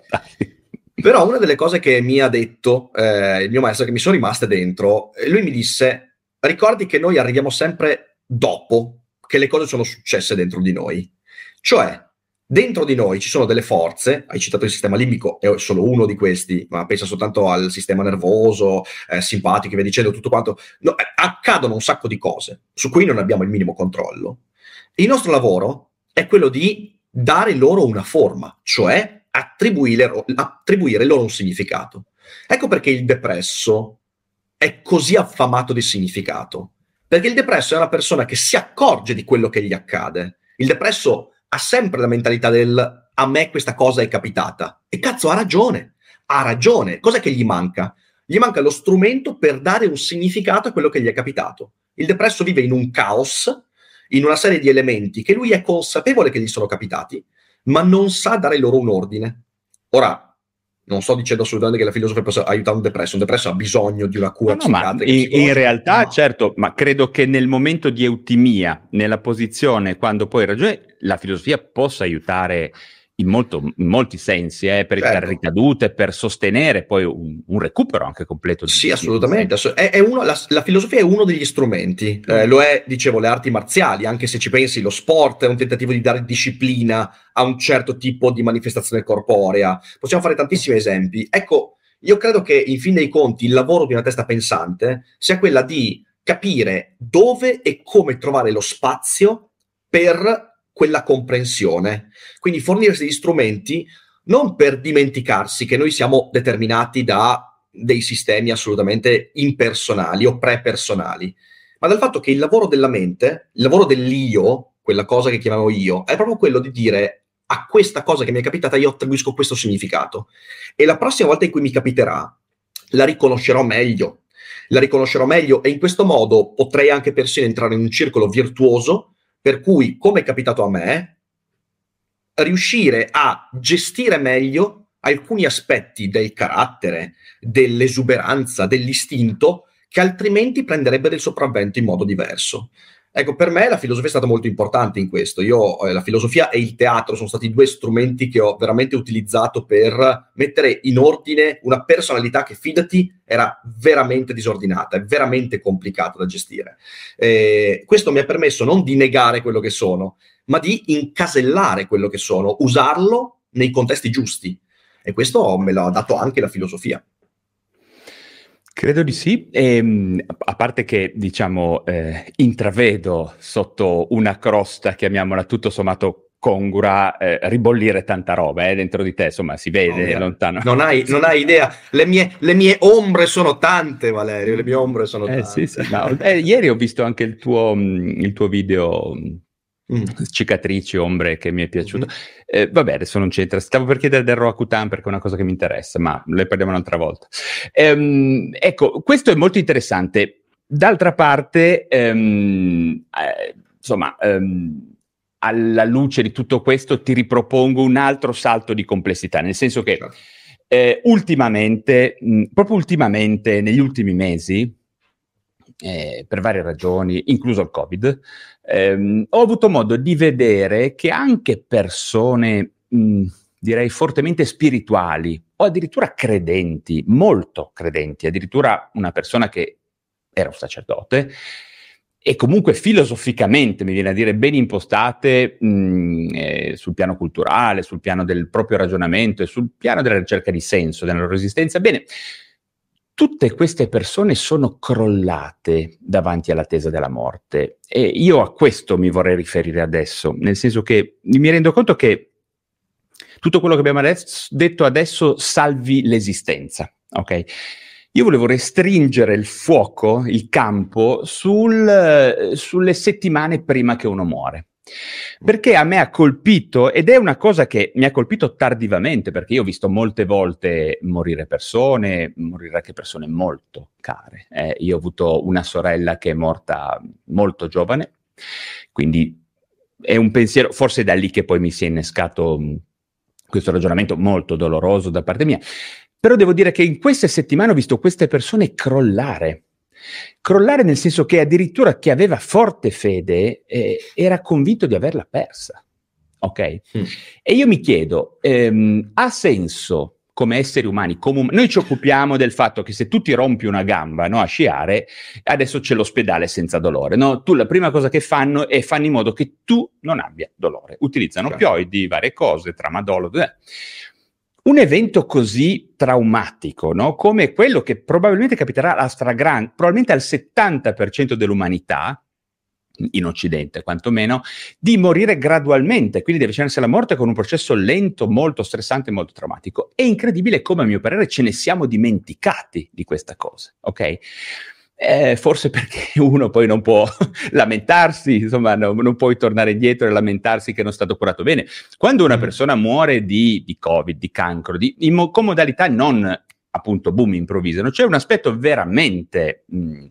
[SPEAKER 3] Però una delle cose che mi ha detto eh, il mio maestro, che mi sono rimaste dentro, lui mi disse: ricordi che noi arriviamo sempre dopo che le cose sono successe dentro di noi. Cioè, dentro di noi ci sono delle forze, hai citato il sistema limbico, è solo uno di questi, ma pensa soltanto al sistema nervoso, eh, simpatico, e via dicendo, tutto quanto. No, eh, accadono un sacco di cose su cui non abbiamo il minimo controllo. Il nostro lavoro è quello di dare loro una forma, cioè attribuire, attribuire loro un significato. Ecco perché il depresso è così affamato di significato, perché il depresso è una persona che si accorge di quello che gli accade. Il depresso ha sempre la mentalità del a me questa cosa è capitata, e cazzo ha ragione, ha ragione. Cos'è che gli manca? Gli manca lo strumento per dare un significato a quello che gli è capitato. Il depresso vive in un caos, in una serie di elementi che lui è consapevole che gli sono capitati, ma non sa dare loro un ordine. Ora, non sto dicendo assolutamente che la filosofia possa aiutare un depresso, un depresso ha bisogno di una cura
[SPEAKER 2] no, no, ma
[SPEAKER 3] psichiatrica.
[SPEAKER 2] in, in realtà,
[SPEAKER 3] no.
[SPEAKER 2] certo, ma credo che nel momento di eutimia, nella posizione, quando poi hai ragione, la filosofia possa aiutare in, molto, in molti sensi, eh, per evitare
[SPEAKER 3] Certo.
[SPEAKER 2] ricadute, per sostenere poi un, un recupero anche completo. Di
[SPEAKER 3] Sì,
[SPEAKER 2] di-
[SPEAKER 3] assolutamente. È, è uno, la, la filosofia è uno degli strumenti, eh, lo è, dicevo, le arti marziali, anche se ci pensi, lo sport è un tentativo di dare disciplina a un certo tipo di manifestazione corporea. Possiamo fare tantissimi esempi. Ecco, io credo che in fin dei conti il lavoro di una testa pensante sia quella di capire dove e come trovare lo spazio per quella comprensione. Quindi fornirsi gli strumenti non per dimenticarsi che noi siamo determinati da dei sistemi assolutamente impersonali o prepersonali, ma dal fatto che il lavoro della mente, il lavoro dell'io, quella cosa che chiamiamo io, è proprio quello di dire: a questa cosa che mi è capitata io attribuisco questo significato, e la prossima volta in cui mi capiterà la riconoscerò meglio, la riconoscerò meglio e in questo modo potrei anche persino entrare in un circolo virtuoso per cui, come è capitato a me, riuscire a gestire meglio alcuni aspetti del carattere, dell'esuberanza, dell'istinto, che altrimenti prenderebbe il sopravvento in modo diverso. Ecco, per me la filosofia è stata molto importante in questo. Io, eh, la filosofia e il teatro sono stati due strumenti che ho veramente utilizzato per mettere in ordine una personalità che, fidati, era veramente disordinata, è veramente complicata da gestire. Eh, questo mi ha permesso non di negare quello che sono, ma di incasellare quello che sono, usarlo nei contesti giusti. E questo me l'ha dato anche la filosofia.
[SPEAKER 2] Credo di sì, e, a parte che, diciamo, eh, intravedo sotto una crosta, chiamiamola tutto sommato congrua, eh, ribollire tanta roba eh, dentro di te, insomma, si vede
[SPEAKER 3] oh,
[SPEAKER 2] lontano.
[SPEAKER 3] Non hai, non hai idea, le mie, le mie ombre sono tante, Valerio, le mie ombre sono
[SPEAKER 2] eh,
[SPEAKER 3] tante.
[SPEAKER 2] Sì, sì, no, eh, ieri ho visto anche il tuo, il tuo video... Mm. cicatrici, ombre, che mi è piaciuto. Mm-hmm. Eh, vabbè, adesso non c'entra. Stavo per chiedere del Roacutan perché è una cosa che mi interessa, ma ne parliamo un'altra volta. Ehm, ecco, questo è molto interessante. D'altra parte, ehm, eh, insomma, ehm, alla luce di tutto questo ti ripropongo un altro salto di complessità, nel senso che eh, ultimamente, mh, proprio ultimamente, negli ultimi mesi, Eh, per varie ragioni, incluso il Covid, ehm, ho avuto modo di vedere che anche persone, mh, direi fortemente spirituali, o addirittura credenti, molto credenti, addirittura una persona che era un sacerdote, e comunque filosoficamente, mi viene a dire, ben impostate mh, eh, sul piano culturale, sul piano del proprio ragionamento e sul piano della ricerca di senso della loro esistenza, bene, tutte queste persone sono crollate davanti all'attesa della morte, e io a questo mi vorrei riferire adesso, nel senso che mi rendo conto che tutto quello che abbiamo adesso, detto adesso salvi l'esistenza, ok? Io volevo restringere il fuoco, il campo, sul, sulle settimane prima che uno muore. Perché a me ha colpito, ed è una cosa che mi ha colpito tardivamente, perché io ho visto molte volte morire persone, morire anche persone molto care. Eh, io ho avuto una sorella che è morta molto giovane, quindi è un pensiero, forse è da lì che poi mi si è innescato mh, questo ragionamento molto doloroso da parte mia. Però devo dire che in queste settimane ho visto queste persone crollare. Crollare nel senso che addirittura chi aveva forte fede eh, era convinto di averla persa, ok? Mm. E io mi chiedo, ehm, ha senso come esseri umani, come um- noi ci occupiamo del fatto che se tu ti rompi una gamba, no, a sciare, adesso c'è l'ospedale senza dolore, no? Tu la prima cosa che fanno è fanno in modo che tu non abbia dolore, utilizzano certo. opioidi, varie cose, tramadolo, eh. Un evento così traumatico, no? Come quello che probabilmente capiterà alla stragrande, probabilmente al settanta per cento dell'umanità, in Occidente quantomeno, di morire gradualmente, quindi di avvicinarsi alla morte con un processo lento, molto stressante, molto traumatico. È incredibile come, a mio parere, ce ne siamo dimenticati di questa cosa, ok? Eh, forse perché uno poi non può lamentarsi, insomma, no, non puoi tornare indietro e lamentarsi che non è stato curato bene. Quando una mm. persona muore di, di Covid, di cancro, di, in mo- con modalità non appunto boom improvviso, c'è un aspetto veramente mh,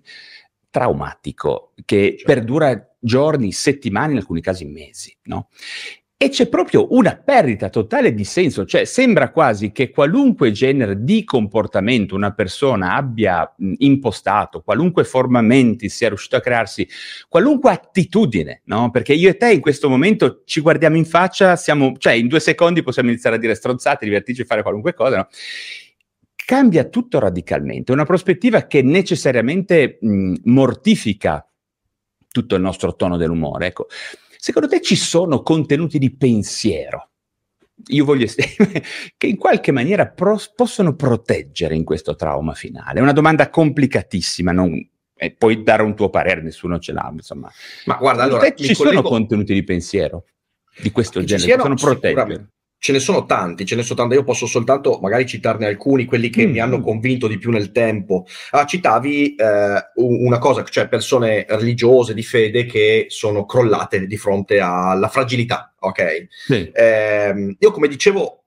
[SPEAKER 2] traumatico che certo. perdura giorni, settimane, in alcuni casi mesi, no? E c'è proprio una perdita totale di senso, cioè sembra quasi che qualunque genere di comportamento una persona abbia mh, impostato, qualunque forma mentis sia riuscito a crearsi, qualunque attitudine, no? Perché io e te in questo momento ci guardiamo in faccia, siamo, cioè in due secondi possiamo iniziare a dire stronzate, divertirci, fare qualunque cosa, no? Cambia tutto radicalmente, una prospettiva che necessariamente mh, mortifica tutto il nostro tono dell'umore, ecco. Secondo te ci sono contenuti di pensiero, io voglio che in qualche maniera pro- possono proteggere in questo trauma finale? È una domanda complicatissima, non, eh, puoi dare un tuo parere, nessuno ce l'ha, insomma.
[SPEAKER 3] Ma guarda,
[SPEAKER 2] secondo
[SPEAKER 3] allora,
[SPEAKER 2] te ci
[SPEAKER 3] collego...
[SPEAKER 2] sono contenuti di pensiero di questo
[SPEAKER 3] che
[SPEAKER 2] genere,
[SPEAKER 3] siano,
[SPEAKER 2] che possono proteggere?
[SPEAKER 3] Ce ne sono tanti, ce ne sono tanti. Io posso soltanto magari citarne alcuni, quelli che mm. mi hanno convinto di più nel tempo. Ah, citavi eh, una cosa, cioè persone religiose di fede che sono crollate di fronte alla fragilità, ok? Sì. Eh, io come dicevo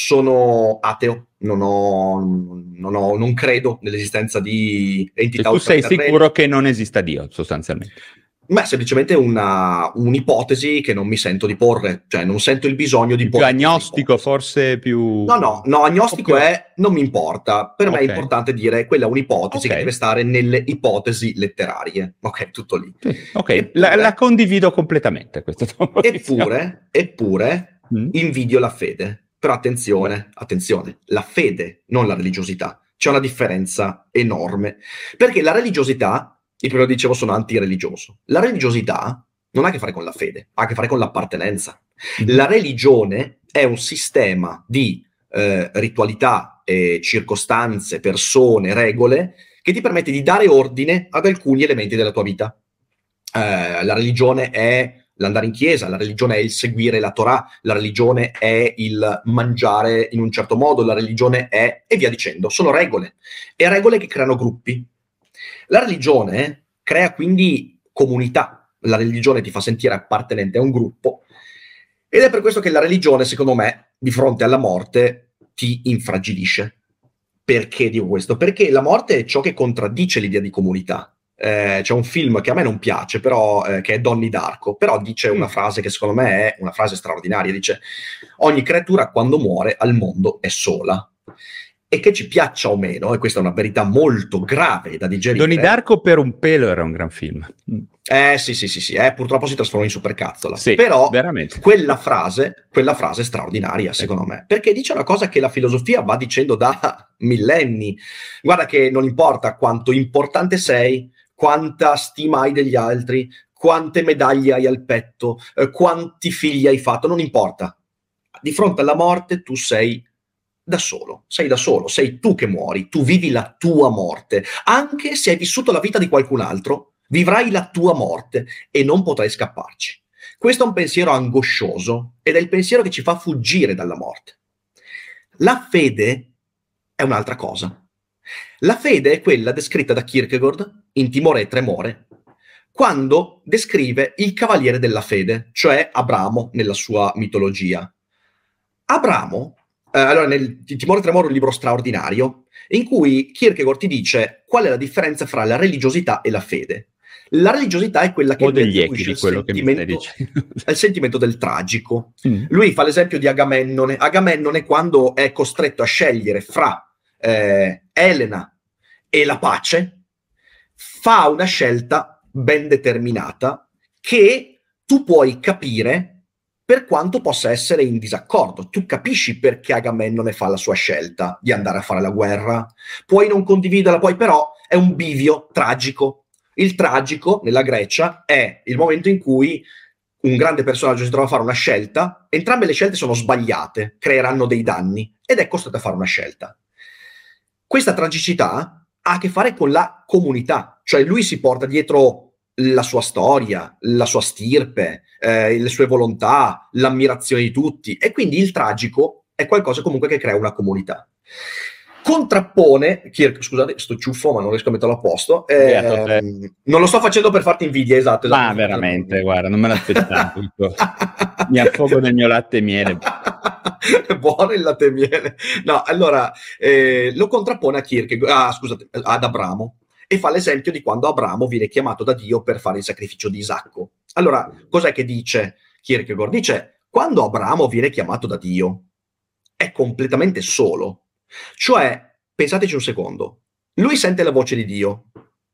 [SPEAKER 3] sono ateo, non ho, non ho, non credo nell'esistenza di entità.
[SPEAKER 2] E tu sei sicuro che non esista Dio, sostanzialmente?
[SPEAKER 3] Ma è semplicemente una, un'ipotesi che non mi sento di porre, cioè non sento il bisogno di porre.
[SPEAKER 2] Più agnostico, forse più...
[SPEAKER 3] No, no, no, agnostico okay. È non mi importa. Per okay. me è importante dire quella è un'ipotesi okay. che deve stare nelle ipotesi letterarie. Ok, tutto lì.
[SPEAKER 2] Sì, ok, eppure, la, la condivido completamente questa
[SPEAKER 3] Eppure, eppure mm. invidio la fede. Però attenzione, attenzione, la fede, non la religiosità. C'è una differenza enorme. Perché la religiosità... Io prima dicevo sono antireligioso. La religiosità non ha a che fare con la fede, ha a che fare con l'appartenenza. La religione è un sistema di eh, ritualità, eh, circostanze, persone, regole che ti permette di dare ordine ad alcuni elementi della tua vita. Eh, la religione è l'andare in chiesa, la religione è il seguire la Torah, la religione è il mangiare in un certo modo, la religione è... e via dicendo. Sono regole. E regole che creano gruppi. La religione crea quindi comunità, la religione ti fa sentire appartenente a un gruppo ed è per questo che la religione, secondo me, di fronte alla morte ti infragilisce. Perché dico questo? Perché la morte è ciò che contraddice l'idea di comunità. Eh, c'è un film che a me non piace, però eh, che è Donnie Darko, però dice una frase che secondo me è una frase straordinaria, dice: ogni creatura quando muore al mondo è sola. E che ci piaccia o meno, e questa è una verità molto grave da digerire.
[SPEAKER 2] Donnie Darko per un pelo era un gran film.
[SPEAKER 3] Eh sì sì sì sì, eh, purtroppo si trasformò in supercazzola.
[SPEAKER 2] Sì,
[SPEAKER 3] però
[SPEAKER 2] veramente.
[SPEAKER 3] quella frase, quella frase è straordinaria secondo me, perché dice una cosa che la filosofia va dicendo da millenni. Guarda che non importa quanto importante sei, quanta stima hai degli altri, quante medaglie hai al petto, eh, quanti figli hai fatto, non importa. Di fronte alla morte tu sei da solo, sei da solo, sei tu che muori, tu vivi la tua morte. Anche se hai vissuto la vita di qualcun altro, vivrai la tua morte e non potrai scapparci. Questo è un pensiero angoscioso ed è il pensiero che ci fa fuggire dalla morte. La fede è un'altra cosa. La fede è quella descritta da Kierkegaard in Timore e Tremore, quando descrive il cavaliere della fede, cioè Abramo nella sua mitologia. Abramo Uh, allora, nel Timore e Tremore è un libro straordinario in cui Kierkegaard ti dice qual è la differenza fra la religiosità e la fede. La religiosità è quella che attribuisce il sentimento, il sentimento del tragico. Mm. Lui fa l'esempio di Agamennone. Agamennone, quando è costretto a scegliere fra eh, Elena e la pace, fa una scelta ben determinata che tu puoi capire per quanto possa essere in disaccordo. Tu capisci perché Agamennone fa la sua scelta di andare a fare la guerra, puoi non condividerla, poi però è un bivio tragico. Il tragico nella Grecia è il momento in cui un grande personaggio si trova a fare una scelta, entrambe le scelte sono sbagliate, creeranno dei danni ed è costretto a fare una scelta. Questa tragicità ha a che fare con la comunità, cioè lui si porta dietro la sua storia, la sua stirpe, eh, le sue volontà, l'ammirazione di tutti, e quindi il tragico è qualcosa comunque che crea una comunità. Contrappone, Kirk, scusate, sto ciuffo ma non riesco a metterlo a posto, eh, non lo sto facendo per farti invidia, esatto. esatto
[SPEAKER 2] Ma veramente, guarda, non me l'aspettavo. Mi affogo nel mio latte e miele.
[SPEAKER 3] Buono il latte e miele. No, allora, eh, lo contrappone a Kirk, ah, scusate, ad Abramo, e fa l'esempio di quando Abramo viene chiamato da Dio per fare il sacrificio di Isacco. Allora, cos'è che dice Kierkegaard? Dice, quando Abramo viene chiamato da Dio, è completamente solo. Cioè, pensateci un secondo, lui sente la voce di Dio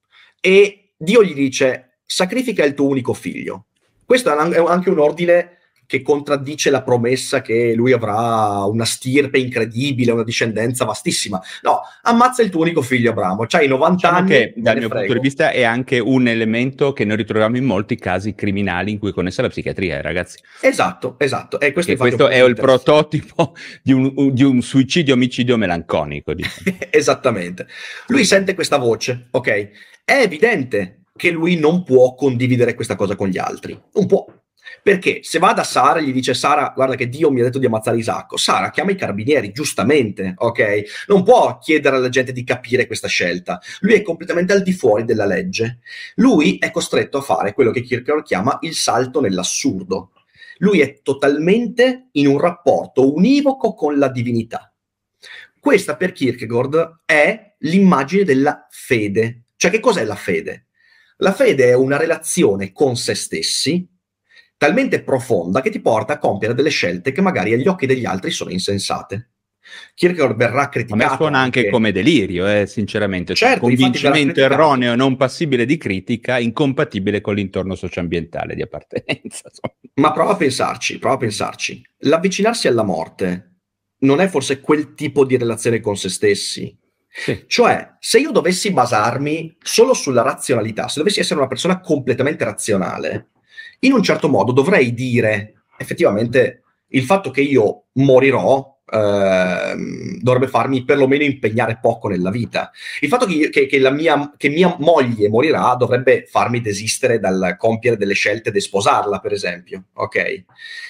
[SPEAKER 3] e Dio gli dice: sacrifica il tuo unico figlio. Questo è anche un ordine che contraddice la promessa che lui avrà una stirpe incredibile, una discendenza vastissima. No, ammazza il tuo unico figlio Abramo, c'hai novanta
[SPEAKER 2] diciamo
[SPEAKER 3] anni.
[SPEAKER 2] Che dal mio
[SPEAKER 3] frego.
[SPEAKER 2] punto di vista è anche un elemento che noi ritroviamo in molti casi criminali in cui è connessa la psichiatria, eh, ragazzi.
[SPEAKER 3] Esatto, esatto. E questo,
[SPEAKER 2] e questo è il prototipo di un, di un suicidio-omicidio melanconico. Diciamo.
[SPEAKER 3] Esattamente. Lui sente questa voce, ok? È evidente che lui non può condividere questa cosa con gli altri. Non può. Perché se va da Sara e gli dice: Sara, guarda che Dio mi ha detto di ammazzare Isacco, Sara chiama i carabinieri, giustamente, ok? Non può chiedere alla gente di capire questa scelta. Lui è completamente al di fuori della legge. Lui è costretto a fare quello che Kierkegaard chiama il salto nell'assurdo. Lui è totalmente in un rapporto univoco con la divinità. Questa per Kierkegaard è l'immagine della fede. Cioè, che cos'è la fede? La fede è una relazione con se stessi talmente profonda che ti porta a compiere delle scelte che magari agli occhi degli altri sono insensate. Kierkegaard verrà criticato.
[SPEAKER 2] A me suona anche, anche come delirio, eh, sinceramente.
[SPEAKER 3] Certo,
[SPEAKER 2] convincimento erroneo, non passibile di critica, incompatibile con l'intorno socioambientale di appartenenza.
[SPEAKER 3] Ma prova a pensarci, prova a pensarci. L'avvicinarsi alla morte non è forse quel tipo di relazione con se stessi? Sì. Cioè, se io dovessi basarmi solo sulla razionalità, se dovessi essere una persona completamente razionale, in un certo modo dovrei dire, effettivamente, il fatto che io morirò eh, dovrebbe farmi perlomeno impegnare poco nella vita. Il fatto che, io, che, che, la mia, che mia moglie morirà dovrebbe farmi desistere dal compiere delle scelte ed sposarla, per esempio. Ok?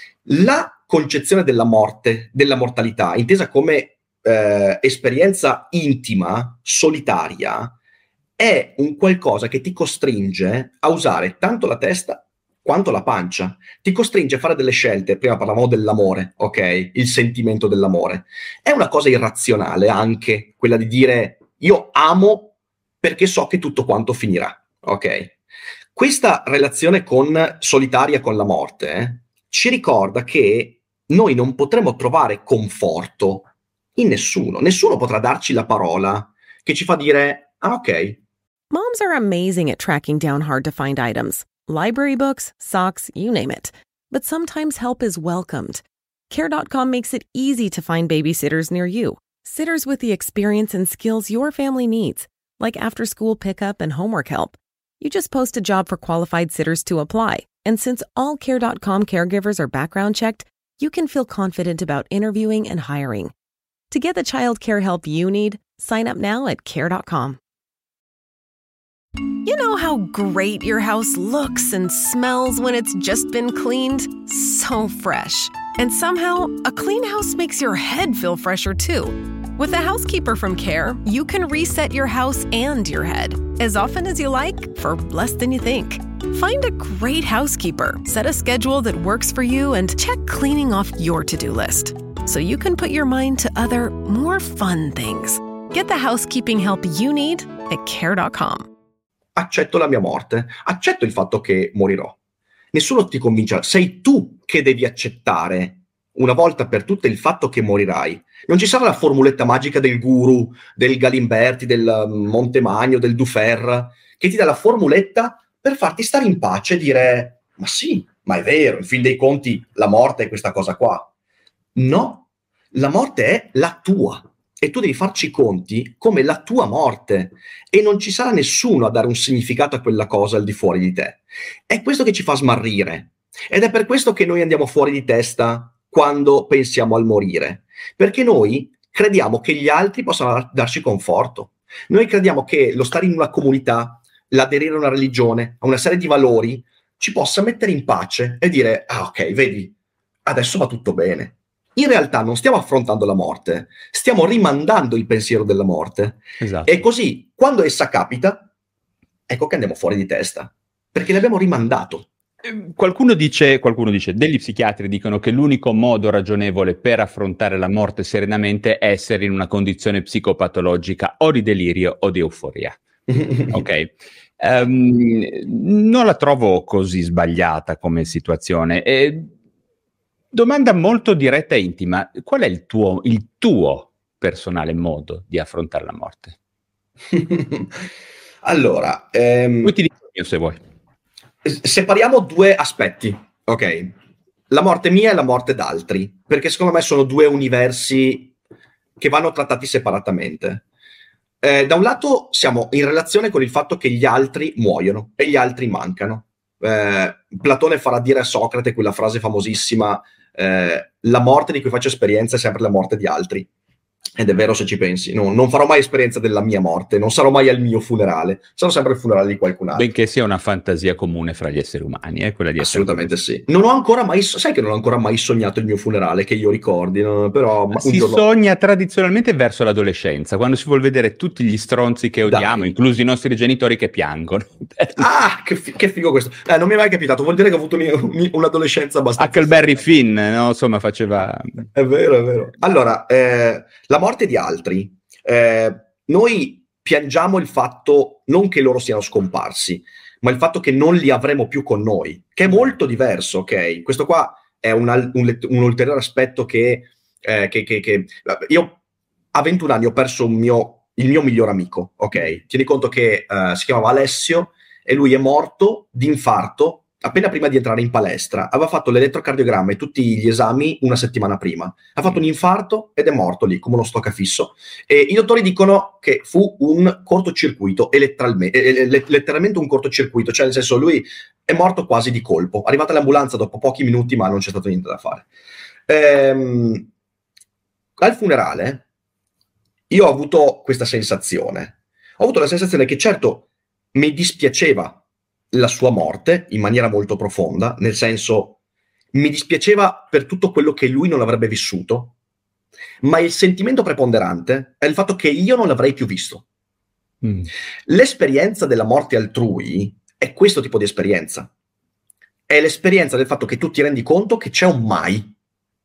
[SPEAKER 3] La concezione della morte, della mortalità, intesa come eh, esperienza intima, solitaria, è un qualcosa che ti costringe a usare tanto la testa quanto la pancia, ti costringe a fare delle scelte. Prima parlavamo dell'amore, ok? Il sentimento dell'amore. È una cosa irrazionale anche quella di dire io amo perché so che tutto quanto finirà, ok? Questa relazione con, solitaria con la morte eh, ci ricorda che noi non potremo trovare conforto in nessuno. Nessuno potrà darci la parola che ci fa dire ah ok.
[SPEAKER 5] Moms are amazing at tracking down hard to find items. Library books, socks, you name it. But sometimes help is welcomed. Care dot com makes it easy to find babysitters near you. Sitters with the experience and skills your family needs, like after-school pickup and homework help. You just post a job for qualified sitters to apply. And since all Care dot com caregivers are background checked, you can feel confident about interviewing and hiring. To get the child care help you need, sign up now at Care dot com. You know how great your house looks and smells when it's just been cleaned? So fresh. And somehow, a clean house makes your head feel fresher too. With a housekeeper from Care, you can reset your house and your head as often as you like for less than you think. Find a great housekeeper, set a schedule that works for you, and check cleaning off your to-do list so you can put your mind to other, more fun things. Get the housekeeping help you need at Care dot com.
[SPEAKER 3] Accetto la mia morte, accetto il fatto che morirò. Nessuno ti convincerà, sei tu che devi accettare una volta per tutte il fatto che morirai. Non ci sarà la formuletta magica del guru, del Galimberti, del Montemagno, del Dufer, che ti dà la formuletta per farti stare in pace e dire ma sì, ma è vero, in fin dei conti la morte è questa cosa qua. No, la morte è la tua. E tu devi farci i conti come la tua morte e non ci sarà nessuno a dare un significato a quella cosa al di fuori di te. È questo che ci fa smarrire ed è per questo che noi andiamo fuori di testa quando pensiamo al morire, perché noi crediamo che gli altri possano darci conforto. Noi crediamo che lo stare in una comunità, l'aderire a una religione, a una serie di valori ci possa mettere in pace e dire ah ok, vedi, adesso va tutto bene. In realtà non stiamo affrontando la morte, stiamo rimandando il pensiero della morte.
[SPEAKER 2] Esatto.
[SPEAKER 3] E così, quando essa capita, ecco che andiamo fuori di testa, perché l'abbiamo rimandato.
[SPEAKER 2] Qualcuno dice, qualcuno dice, degli psichiatri dicono che l'unico modo ragionevole per affrontare la morte serenamente è essere in una condizione psicopatologica o di delirio o di euforia. Ok? Um, non la trovo così sbagliata come situazione. E Domanda molto diretta e intima. Qual è il tuo, il tuo personale modo di affrontare la morte?
[SPEAKER 3] Allora, ehm,
[SPEAKER 2] Poi ti dico io se vuoi.
[SPEAKER 3] Separiamo due aspetti, ok? La morte mia e la morte d'altri, perché secondo me sono due universi che vanno trattati separatamente. Eh, da un lato siamo in relazione con il fatto che gli altri muoiono e gli altri mancano. Eh, Platone farà dire a Socrate quella frase famosissima: eh, la morte di cui faccio esperienza è sempre la morte di altri. Ed è vero se ci pensi. No, non farò mai esperienza della mia morte, non sarò mai al mio funerale, sarò sempre il funerale di qualcun altro.
[SPEAKER 2] Benché sia una fantasia comune fra gli esseri umani, eh, quella di
[SPEAKER 3] assolutamente sì. Non ho ancora mai, sai che non ho ancora mai sognato il mio funerale, che io ricordi, no? Però
[SPEAKER 2] ma
[SPEAKER 3] un
[SPEAKER 2] si
[SPEAKER 3] giorno...
[SPEAKER 2] sogna tradizionalmente verso l'adolescenza, quando si vuol vedere tutti gli stronzi che odiamo, Dai. inclusi i nostri genitori che piangono.
[SPEAKER 3] Ah, che, fi- che figo questo. Eh, non mi è mai capitato, vuol dire che ho avuto un, un, un'adolescenza abbastanza...
[SPEAKER 2] Huckleberry Finn, no? Insomma, faceva...
[SPEAKER 3] È vero, è vero. Allora, eh, la morte di altri. Eh, noi piangiamo il fatto non che loro siano scomparsi, ma il fatto che non li avremo più con noi, che è molto diverso, ok? Questo qua è un, un, un ulteriore aspetto che, eh, che, che, che... Io a ventuno anni ho perso un mio, il mio miglior amico, ok? Tieni conto che uh, si chiamava Alessio e lui è morto di infarto appena prima di entrare in palestra. Aveva fatto l'elettrocardiogramma e tutti gli esami una settimana prima. Ha fatto un infarto ed è morto lì, come uno stoccafisso. E i dottori dicono che fu un cortocircuito, letteralmente, letteralmente un cortocircuito, cioè nel senso lui è morto quasi di colpo. Arrivata l'ambulanza dopo pochi minuti, ma non c'è stato niente da fare. Ehm, al funerale io ho avuto questa sensazione. Ho avuto la sensazione che certo mi dispiaceva la sua morte in maniera molto profonda, nel senso mi dispiaceva per tutto quello che lui non avrebbe vissuto, ma il sentimento preponderante è il fatto che io non l'avrei più visto. Mm. L'esperienza della morte altrui è questo tipo di esperienza. È l'esperienza del fatto che tu ti rendi conto che c'è un mai,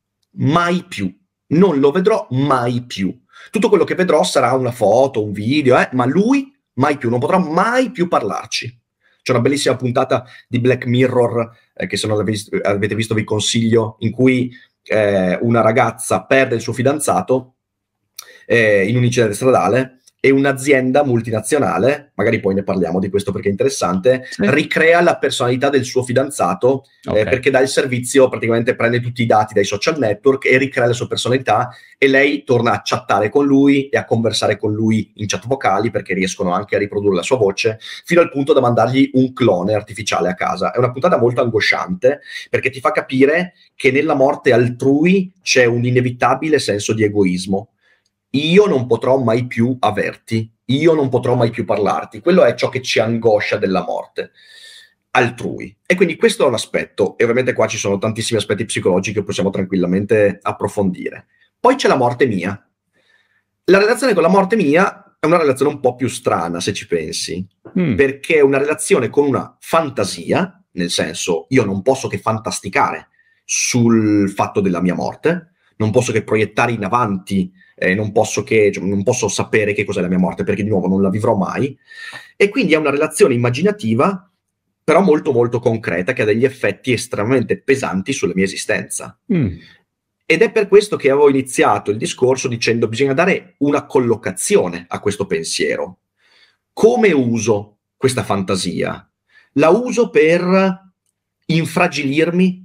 [SPEAKER 3] mai più. Non lo vedrò mai più. Tutto quello che vedrò sarà una foto, un video, eh, ma lui mai più, non potrà mai più parlarci. C'è una bellissima puntata di Black Mirror, eh, che se non l'avete avete visto vi consiglio, in cui eh, una ragazza perde il suo fidanzato eh, in un incidente stradale e un'azienda multinazionale, magari poi ne parliamo di questo perché è interessante, sì. ricrea la personalità del suo fidanzato, okay. eh, perché dà il servizio, praticamente prende tutti i dati dai social network e ricrea la sua personalità, e lei torna a chattare con lui e a conversare con lui in chat vocali, perché riescono anche a riprodurre la sua voce, fino al punto da mandargli un clone artificiale a casa. È una puntata molto angosciante, perché ti fa capire che nella morte altrui c'è un inevitabile senso di egoismo. Io non potrò mai più averti, io non potrò mai più parlarti. Quello è ciò che ci angoscia della morte altrui. E quindi questo è un aspetto, e ovviamente qua ci sono tantissimi aspetti psicologici che possiamo tranquillamente approfondire. Poi c'è la morte mia. La relazione con la morte mia è una relazione un po' più strana, se ci pensi, mm. perché è una relazione con una fantasia, nel senso, io non posso che fantasticare sul fatto della mia morte, non posso che proiettare in avanti, eh, non posso che cioè, non posso sapere che cos'è la mia morte, perché di nuovo non la vivrò mai, e quindi è una relazione immaginativa, però molto molto concreta, che ha degli effetti estremamente pesanti sulla mia esistenza. Mm. Ed è per questo che avevo iniziato il discorso dicendo bisogna dare una collocazione a questo pensiero. Come uso questa fantasia? La uso per infragilirmi,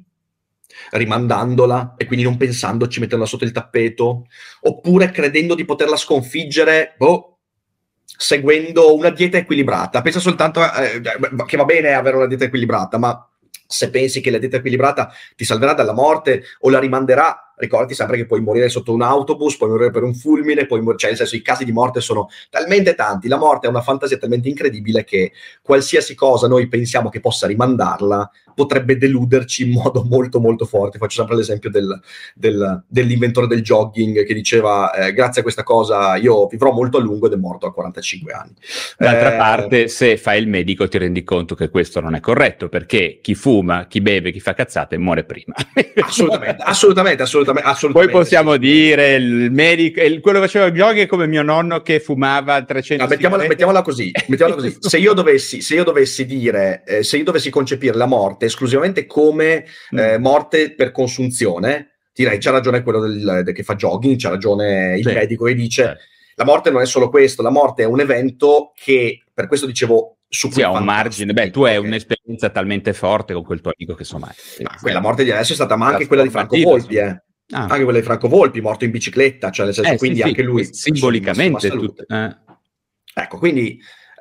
[SPEAKER 3] rimandandola e quindi non pensandoci, mettendola sotto il tappeto, oppure credendo di poterla sconfiggere, boh, seguendo una dieta equilibrata. Pensa soltanto eh, che va bene avere una dieta equilibrata, ma se pensi che la dieta equilibrata ti salverà dalla morte o la rimanderà, ricordati sempre che puoi morire sotto un autobus, puoi morire per un fulmine, puoi mor- cioè nel senso i casi di morte sono talmente tanti, la morte è una fantasia talmente incredibile che qualsiasi cosa noi pensiamo che possa rimandarla potrebbe deluderci in modo molto molto forte. Faccio sempre l'esempio del, del, dell'inventore del jogging che diceva eh, grazie a questa cosa io vivrò molto a lungo, ed è morto a quarantacinque anni.
[SPEAKER 2] D'altra
[SPEAKER 3] eh,
[SPEAKER 2] parte, se fai il medico ti rendi conto che questo non è corretto, perché chi fuma, chi beve, chi fa cazzate muore prima.
[SPEAKER 3] assolutamente, assolutamente, assolutamente assolutamente, assolutamente.
[SPEAKER 2] Poi possiamo dire il medico, il, quello che faceva yoga è come mio nonno che fumava trecento.
[SPEAKER 3] No, mettiamola, mettiamola così, mettiamola così. Se io dovessi, se io dovessi dire, eh, se io dovessi concepire la morte esclusivamente come eh, morte per consunzione, direi c'ha ragione quello del, del, che fa jogging, c'ha ragione il sì. medico che dice sì. la morte non è solo questo, la morte è un evento che, per questo dicevo, su cui
[SPEAKER 2] sì, ha un margine. Beh, tu hai okay. un'esperienza talmente forte con quel tuo amico che insomma.
[SPEAKER 3] Ma quella morte di adesso è stata, ma anche quella di Franco Volpi, eh. Ah. Anche quella di Franco Volpi, morto in bicicletta, cioè nel senso,
[SPEAKER 2] eh,
[SPEAKER 3] quindi
[SPEAKER 2] sì,
[SPEAKER 3] anche
[SPEAKER 2] sì,
[SPEAKER 3] lui
[SPEAKER 2] simbolicamente. Tut- eh.
[SPEAKER 3] Ecco, quindi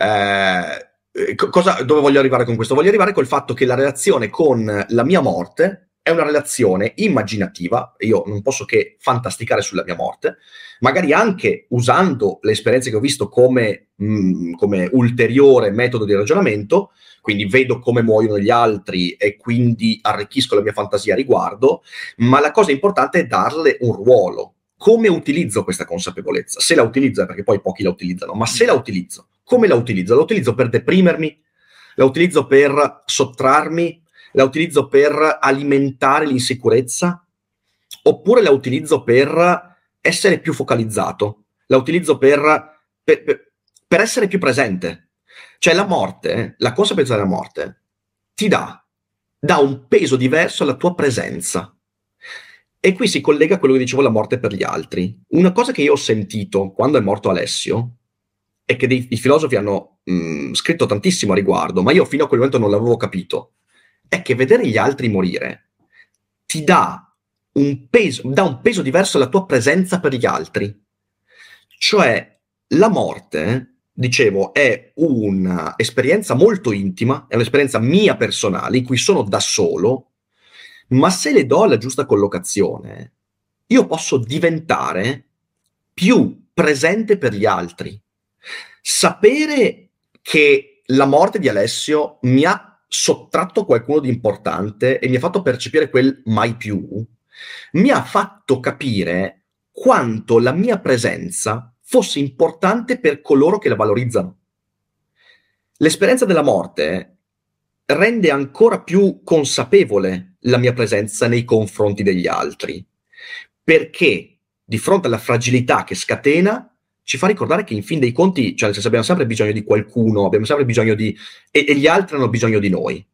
[SPEAKER 3] eh, cosa, dove voglio arrivare con questo? Voglio arrivare col fatto che la relazione con la mia morte è una relazione immaginativa. Io non posso che fantasticare sulla mia morte, magari anche usando le esperienze che ho visto come, mh, come ulteriore metodo di ragionamento, quindi vedo come muoiono gli altri e quindi arricchisco la mia fantasia a riguardo, ma la cosa importante è darle un ruolo. Come utilizzo questa consapevolezza? Se la utilizzo, perché poi pochi la utilizzano, ma se la utilizzo, come la utilizzo? La utilizzo per deprimermi? La utilizzo per sottrarmi? La utilizzo per alimentare l'insicurezza? Oppure la utilizzo per essere più focalizzato? La utilizzo per, per, per, per essere più presente? Cioè la morte, la consapevolezza della morte, ti dà, dà un peso diverso alla tua presenza. E qui si collega a quello che dicevo, la morte per gli altri. Una cosa che io ho sentito quando è morto Alessio, e che dei, i filosofi hanno mh, scritto tantissimo a riguardo, ma io fino a quel momento non l'avevo capito, è che vedere gli altri morire ti dà un peso, dà un peso diverso alla tua presenza per gli altri. Cioè la morte, dicevo, è un'esperienza molto intima, è un'esperienza mia personale, in cui sono da solo, ma se le do la giusta collocazione, io posso diventare più presente per gli altri. Sapere che la morte di Alessio mi ha sottratto qualcuno di importante e mi ha fatto percepire quel mai più, mi ha fatto capire quanto la mia presenza fosse importante per coloro che la valorizzano. L'esperienza della morte rende ancora più consapevole la mia presenza nei confronti degli altri, perché di fronte alla fragilità che scatena ci fa ricordare che in fin dei conti, cioè nel senso, abbiamo sempre bisogno di qualcuno, abbiamo sempre bisogno di... e, e gli altri hanno bisogno di noi.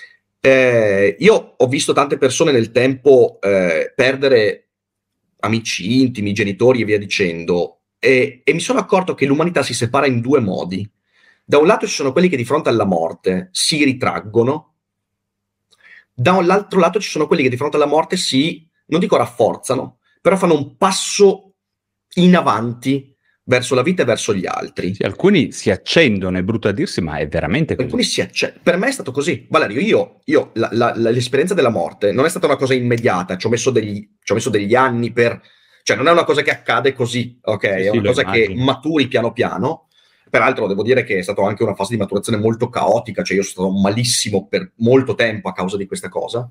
[SPEAKER 3] Eh, io ho visto tante persone nel tempo eh, perdere amici intimi, genitori e via dicendo, e, e mi sono accorto che l'umanità si separa in due modi. Da un lato ci sono quelli che di fronte alla morte si ritraggono, dall'altro lato ci sono quelli che di fronte alla morte si, non dico rafforzano, però fanno un passo in avanti verso la vita e verso gli altri.
[SPEAKER 2] Sì, alcuni si accendono, è brutto a dirsi, ma è veramente così.
[SPEAKER 3] Alcuni si accendono. Per me è stato così. Valerio, io, io la, la, la, l'esperienza della morte non è stata una cosa immediata, ci ho messo degli, ci ho messo degli anni per... Cioè non è una cosa che accade così, ok? Sì, è una cosa immagino. Che maturi piano piano. Peraltro devo dire che è stata anche una fase di maturazione molto caotica, cioè io sono stato malissimo per molto tempo a causa di questa cosa,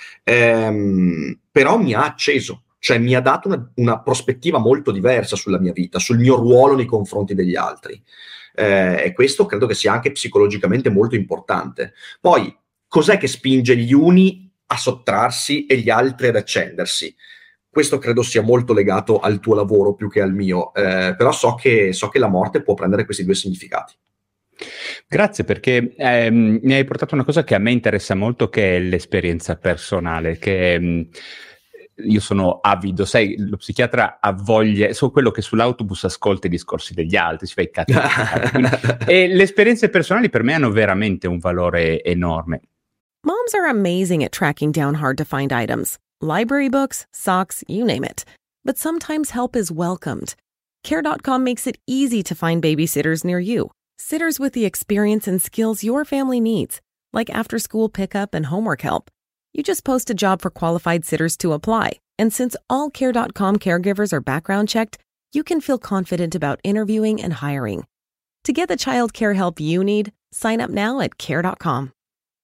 [SPEAKER 3] ehm, però mi ha acceso. Cioè mi ha dato una, una prospettiva molto diversa sulla mia vita, sul mio ruolo nei confronti degli altri. Eh, e questo credo che sia anche psicologicamente molto importante. Poi, cos'è che spinge gli uni a sottrarsi e gli altri ad accendersi? Questo credo sia molto legato al tuo lavoro più che al mio, eh, però so che, so che la morte può prendere questi due significati.
[SPEAKER 2] Grazie, perché ehm, mi hai portato una cosa che a me interessa molto, che è l'esperienza personale, che... Ehm, io sono avido, sai, lo psichiatra ha voglia, sono quello che sull'autobus ascolta i discorsi degli altri, si fa i cazzi. E le esperienze personali per me hanno veramente un valore enorme.
[SPEAKER 5] Moms are amazing at tracking down hard to find items. Library books, socks, you name it. But sometimes help is welcomed. Care dot com makes it easy to find babysitters near you. Sitters with the experience and skills your family needs, like after-school pickup and homework help. You just post a job for qualified sitters to apply. And since all Care dot com caregivers are background checked, you can feel confident about interviewing and hiring. To get the child care help you need, sign up now at Care dot com.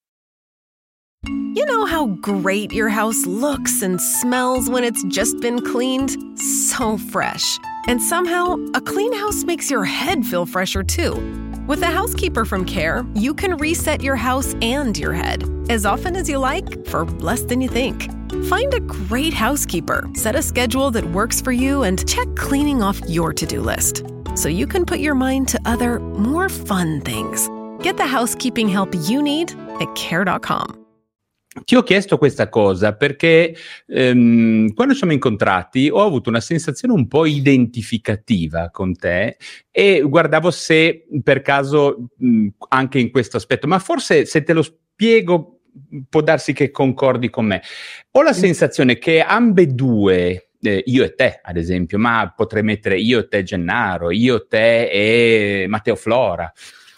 [SPEAKER 5] You know how great your house looks and smells when it's just been cleaned? So fresh. And somehow, a clean house makes your head feel fresher too. With the housekeeper from Care, you can reset your house and your head as often as you like for less than you think. Find a great housekeeper, set a schedule that works for you, and check cleaning off your to-do list so you can put your mind to other, more fun things. Get the housekeeping help you need at care dot com.
[SPEAKER 2] Ti ho chiesto questa cosa perché ehm, quando ci siamo incontrati ho avuto una sensazione un po' identificativa con te e guardavo se per caso mh, anche in questo aspetto, ma forse se te lo spiego può darsi che concordi con me. Ho la sensazione che ambedue, eh, io e te ad esempio, ma potrei mettere io e te Gennaro, io, te e Matteo Flora,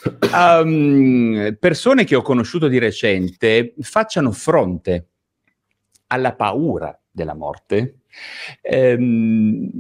[SPEAKER 2] Um, persone che ho conosciuto di recente facciano fronte alla paura della morte ehm,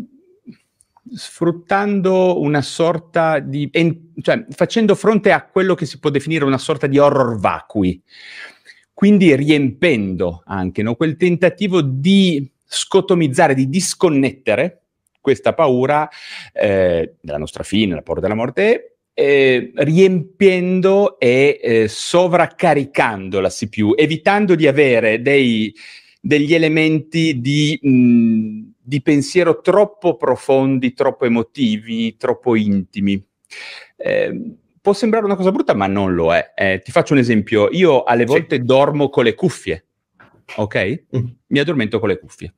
[SPEAKER 2] sfruttando una sorta di en- cioè facendo fronte a quello che si può definire una sorta di horror vacui, quindi riempendo anche, no, quel tentativo di scotomizzare, di disconnettere questa paura eh, della nostra fine, la paura della morte, Eh, riempiendo e eh, sovraccaricandola sì più, evitando di avere dei, degli elementi di, mh, di pensiero troppo profondi, troppo emotivi, troppo intimi. Eh, può sembrare una cosa brutta, ma non lo è. Eh, ti faccio un esempio. Io alle volte sì. dormo con le cuffie, ok? Mm. Mi addormento con le cuffie.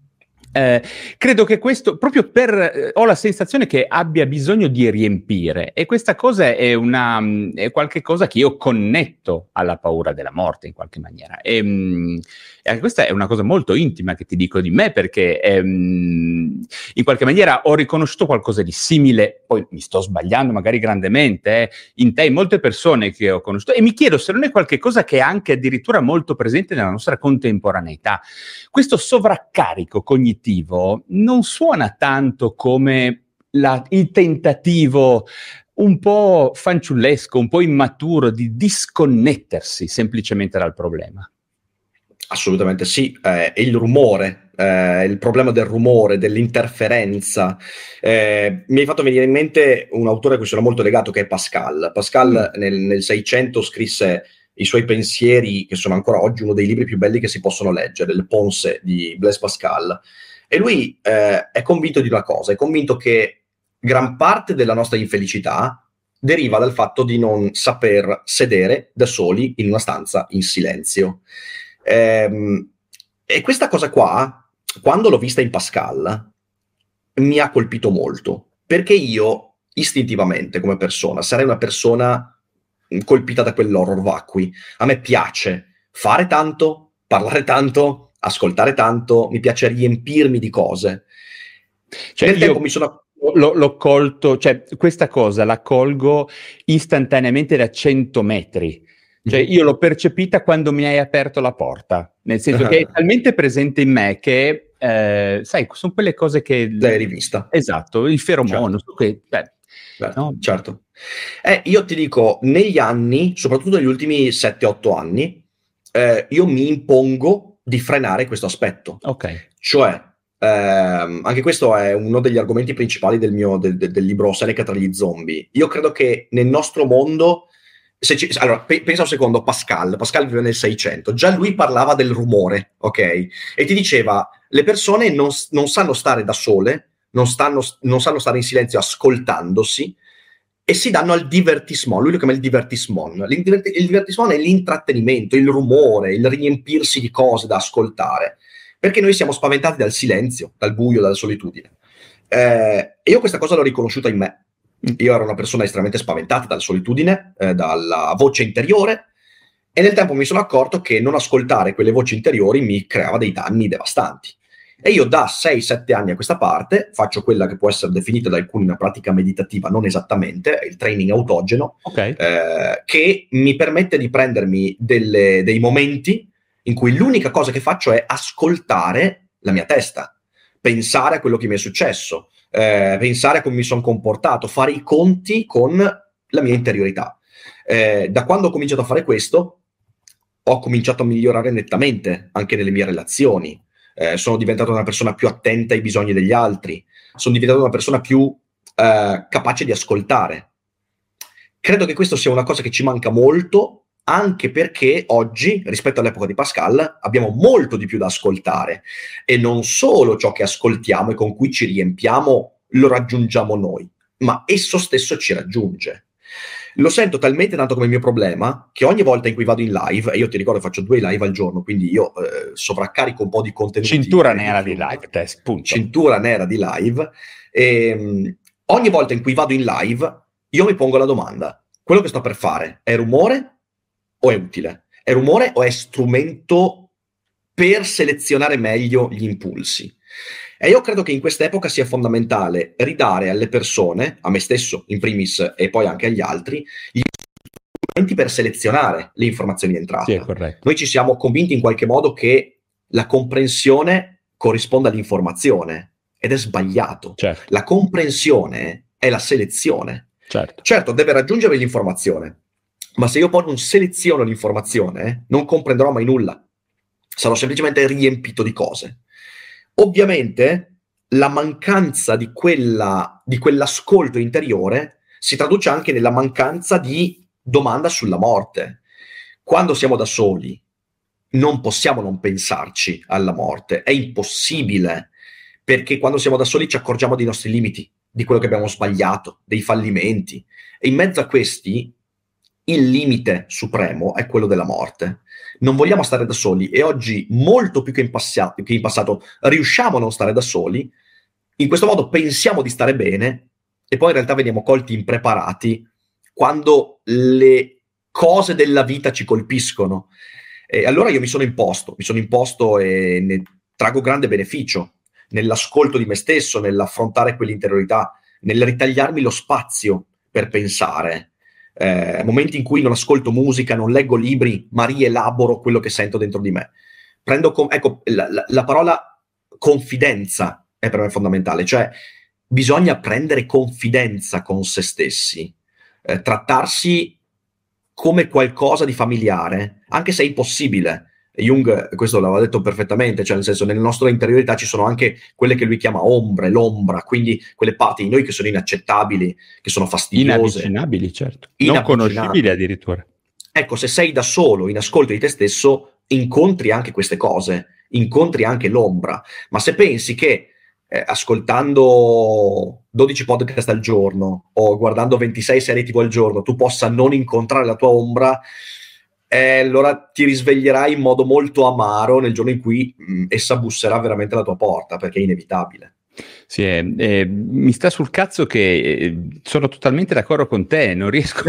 [SPEAKER 2] Eh, credo che questo, proprio per, eh, ho la sensazione che abbia bisogno di riempire, e questa cosa è una è qualche cosa che io connetto alla paura della morte in qualche maniera, e, mh, e questa è una cosa molto intima che ti dico di me, perché ehm, in qualche maniera ho riconosciuto qualcosa di simile, poi mi sto sbagliando magari grandemente, eh, in te, in molte persone che ho conosciuto, e mi chiedo se non è qualche cosa che è anche addirittura molto presente nella nostra contemporaneità. Questo sovraccarico cognitivo non suona tanto come la, il tentativo un po' fanciullesco, un po' immaturo di disconnettersi semplicemente dal problema.
[SPEAKER 3] Assolutamente sì, eh, e il rumore, eh, il problema del rumore, dell'interferenza. Eh, mi hai fatto venire in mente un autore a cui sono molto legato, che è Pascal. Pascal mm. nel, nel Seicento scrisse i suoi pensieri, che sono ancora oggi uno dei libri più belli che si possono leggere, il Pensées di Blaise Pascal. E lui eh, è convinto di una cosa, è convinto che gran parte della nostra infelicità deriva dal fatto di non saper sedere da soli in una stanza in silenzio. Ehm, e questa cosa qua, quando l'ho vista in Pascal, mi ha colpito molto, perché io istintivamente come persona sarei una persona colpita da quell'horror vacui. A me piace fare tanto, parlare tanto, ascoltare tanto, mi piace riempirmi di cose.
[SPEAKER 2] Cioè, Nel tempo mi sono... L'ho, l'ho colto, cioè questa cosa la colgo istantaneamente da cento metri. Cioè io l'ho percepita quando mi hai aperto la porta, nel senso che è talmente presente in me che, eh, sai, sono quelle cose che...
[SPEAKER 3] L'hai rivista.
[SPEAKER 2] Esatto, il feromono.
[SPEAKER 3] Certo.
[SPEAKER 2] Che, beh,
[SPEAKER 3] certo,
[SPEAKER 2] no?
[SPEAKER 3] certo. Eh, io ti dico, negli anni, soprattutto negli ultimi sette otto anni, eh, io mi impongo di frenare questo aspetto.
[SPEAKER 2] Ok.
[SPEAKER 3] Cioè, ehm, anche questo è uno degli argomenti principali del mio del, del libro Seneca tra gli zombie. Io credo che nel nostro mondo... Se ci, allora, pe- pensa un secondo, Pascal. Pascal vive nel Seicento. Già lui parlava del rumore, ok? E ti diceva, le persone non, non sanno stare da sole, non, stanno, non sanno stare in silenzio ascoltandosi, e si danno al divertissement. Lui lo chiama il divertissement. Il divertissement è l'intrattenimento, il rumore, il riempirsi di cose da ascoltare. Perché noi siamo spaventati dal silenzio, dal buio, dalla solitudine. Eh, e io questa cosa l'ho riconosciuta in me. Io ero una persona estremamente spaventata dalla solitudine, eh, dalla voce interiore, e nel tempo mi sono accorto che non ascoltare quelle voci interiori mi creava dei danni devastanti. E io da sei sette anni a questa parte faccio quella che può essere definita da alcuni una pratica meditativa, non esattamente, il training autogeno,
[SPEAKER 2] okay.
[SPEAKER 3] eh, che mi permette di prendermi delle, dei momenti in cui l'unica cosa che faccio è ascoltare la mia testa, pensare a quello che mi è successo, Eh, pensare a come mi sono comportato, fare i conti con la mia interiorità. Eh, da quando ho cominciato a fare questo, ho cominciato a migliorare nettamente anche nelle mie relazioni. Eh, sono diventato una persona più attenta ai bisogni degli altri, sono diventato una persona più eh, capace di ascoltare. Credo che questo sia una cosa che ci manca molto anche perché oggi, rispetto all'epoca di Pascal, abbiamo molto di più da ascoltare, e non solo ciò che ascoltiamo e con cui ci riempiamo lo raggiungiamo noi, ma esso stesso ci raggiunge. Lo sento talmente tanto come il mio problema che ogni volta in cui vado in live, e io ti ricordo faccio due live al giorno, quindi io eh, sovraccarico un po' di contenuti.
[SPEAKER 2] Cintura nera di live, test, punto.
[SPEAKER 3] Cintura nera di live. E, ogni volta in cui vado in live io mi pongo la domanda: quello che sto per fare è rumore o è utile? È rumore o è strumento per selezionare meglio gli impulsi? E io credo che in quest'epoca sia fondamentale ridare alle persone, a me stesso in primis e poi anche agli altri, gli strumenti per selezionare le informazioni entrate.
[SPEAKER 2] Sì, è corretto.
[SPEAKER 3] Noi ci siamo convinti in qualche modo che la comprensione corrisponda all'informazione, ed è sbagliato.
[SPEAKER 2] Certo.
[SPEAKER 3] La comprensione è la selezione.
[SPEAKER 2] Certo.
[SPEAKER 3] Certo, deve raggiungere l'informazione, ma se io poi non seleziono l'informazione, non comprenderò mai nulla. Sarò semplicemente riempito di cose. Ovviamente la mancanza di quella di quell'ascolto interiore si traduce anche nella mancanza di domanda sulla morte. Quando siamo da soli non possiamo non pensarci alla morte, è impossibile, perché quando siamo da soli ci accorgiamo dei nostri limiti, di quello che abbiamo sbagliato, dei fallimenti, e in mezzo a questi il limite supremo è quello della morte. Non vogliamo stare da soli, e oggi molto più che in, passato, che in passato riusciamo a non stare da soli. In questo modo pensiamo di stare bene e poi in realtà veniamo colti impreparati quando le cose della vita ci colpiscono. E allora io mi sono imposto, mi sono imposto e ne trago grande beneficio nell'ascolto di me stesso, nell'affrontare quell'interiorità, nel ritagliarmi lo spazio per pensare. Eh, momenti in cui non ascolto musica, non leggo libri, ma rielaboro quello che sento dentro di me. Prendo com- ecco, la, la, la parola confidenza è per me fondamentale, cioè bisogna prendere confidenza con se stessi, eh, trattarsi come qualcosa di familiare, anche se è impossibile. Jung questo l'aveva detto perfettamente, cioè nel senso, nella nostra interiorità ci sono anche quelle che lui chiama ombre, l'ombra, quindi quelle parti di noi che sono inaccettabili, che sono fastidiose,
[SPEAKER 2] inavvicinabili, certo, non conoscibili addirittura.
[SPEAKER 3] Ecco, se sei da solo in ascolto di te stesso, incontri anche queste cose, incontri anche l'ombra. Ma se pensi che eh, ascoltando dodici podcast al giorno o guardando ventisei serie tivù al giorno tu possa non incontrare la tua ombra, Eh, allora ti risveglierai in modo molto amaro nel giorno in cui mh, essa busserà veramente alla tua porta, perché è inevitabile.
[SPEAKER 2] Sì, eh, eh, mi sta sul cazzo che eh, sono totalmente d'accordo con te, non riesco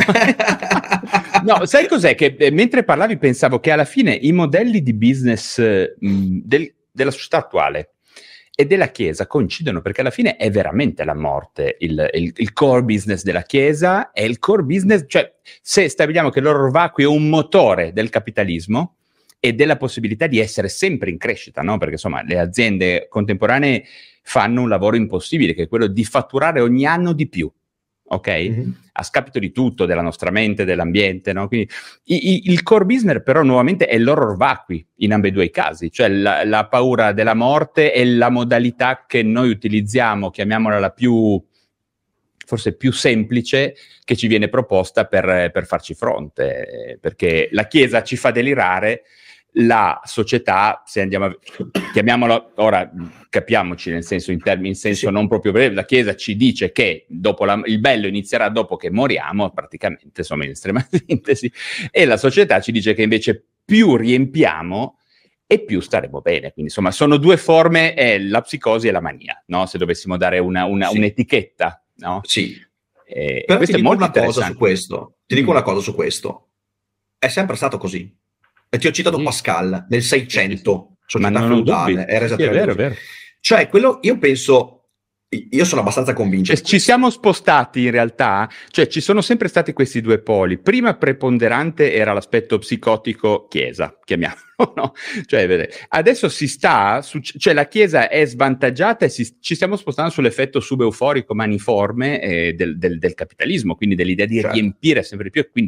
[SPEAKER 2] no, sai cos'è? Che eh, mentre parlavi pensavo che alla fine i modelli di business mh, del, della società attuale e della Chiesa coincidono, perché alla fine è veramente la morte il, il, il core business della Chiesa, è il core business, cioè se stabiliamo che l'oro vacui è un motore del capitalismo e della possibilità di essere sempre in crescita, no? Perché insomma le aziende contemporanee fanno un lavoro impossibile, che è quello di fatturare ogni anno di più, ok? Mm-hmm. A scapito di tutto, della nostra mente, dell'ambiente, no? Quindi i, i, il core business però nuovamente è l'horror vacui in ambedue i casi, cioè la, la paura della morte è la modalità che noi utilizziamo, chiamiamola la più, forse più semplice, che ci viene proposta per, per farci fronte, perché la Chiesa ci fa delirare, la società, se andiamo a chiamiamolo ora, capiamoci nel senso in termini in senso sì. non proprio breve, la Chiesa ci dice che dopo la, il bello inizierà dopo che moriamo, praticamente, insomma in estrema sintesi, e la società ci dice che invece più riempiamo e più staremo bene. Quindi insomma sono due forme, è la psicosi e la mania, no? Se dovessimo dare una, una, sì. un'etichetta, no?
[SPEAKER 3] Sì.
[SPEAKER 2] Eh,
[SPEAKER 3] Però
[SPEAKER 2] questo
[SPEAKER 3] ti
[SPEAKER 2] è
[SPEAKER 3] dico
[SPEAKER 2] molto
[SPEAKER 3] una cosa su questo, ti dico mm. una cosa su questo, è sempre stato così. E ti ho citato mm. Pascal nel seicento, sì, sì. società feudale, era esattamente sì,
[SPEAKER 2] è vero, è vero.
[SPEAKER 3] Cioè, quello io penso, io sono abbastanza convinto.
[SPEAKER 2] Cioè, ci siamo spostati in realtà, cioè ci sono sempre stati questi due poli. Prima preponderante era l'aspetto psicotico Chiesa, chiamiamolo, no? Cioè, vede, adesso si sta, su, cioè la Chiesa è svantaggiata e si, ci stiamo spostando sull'effetto subeuforico maniforme eh, del, del, del capitalismo, quindi dell'idea di certo. riempire sempre di più, e quindi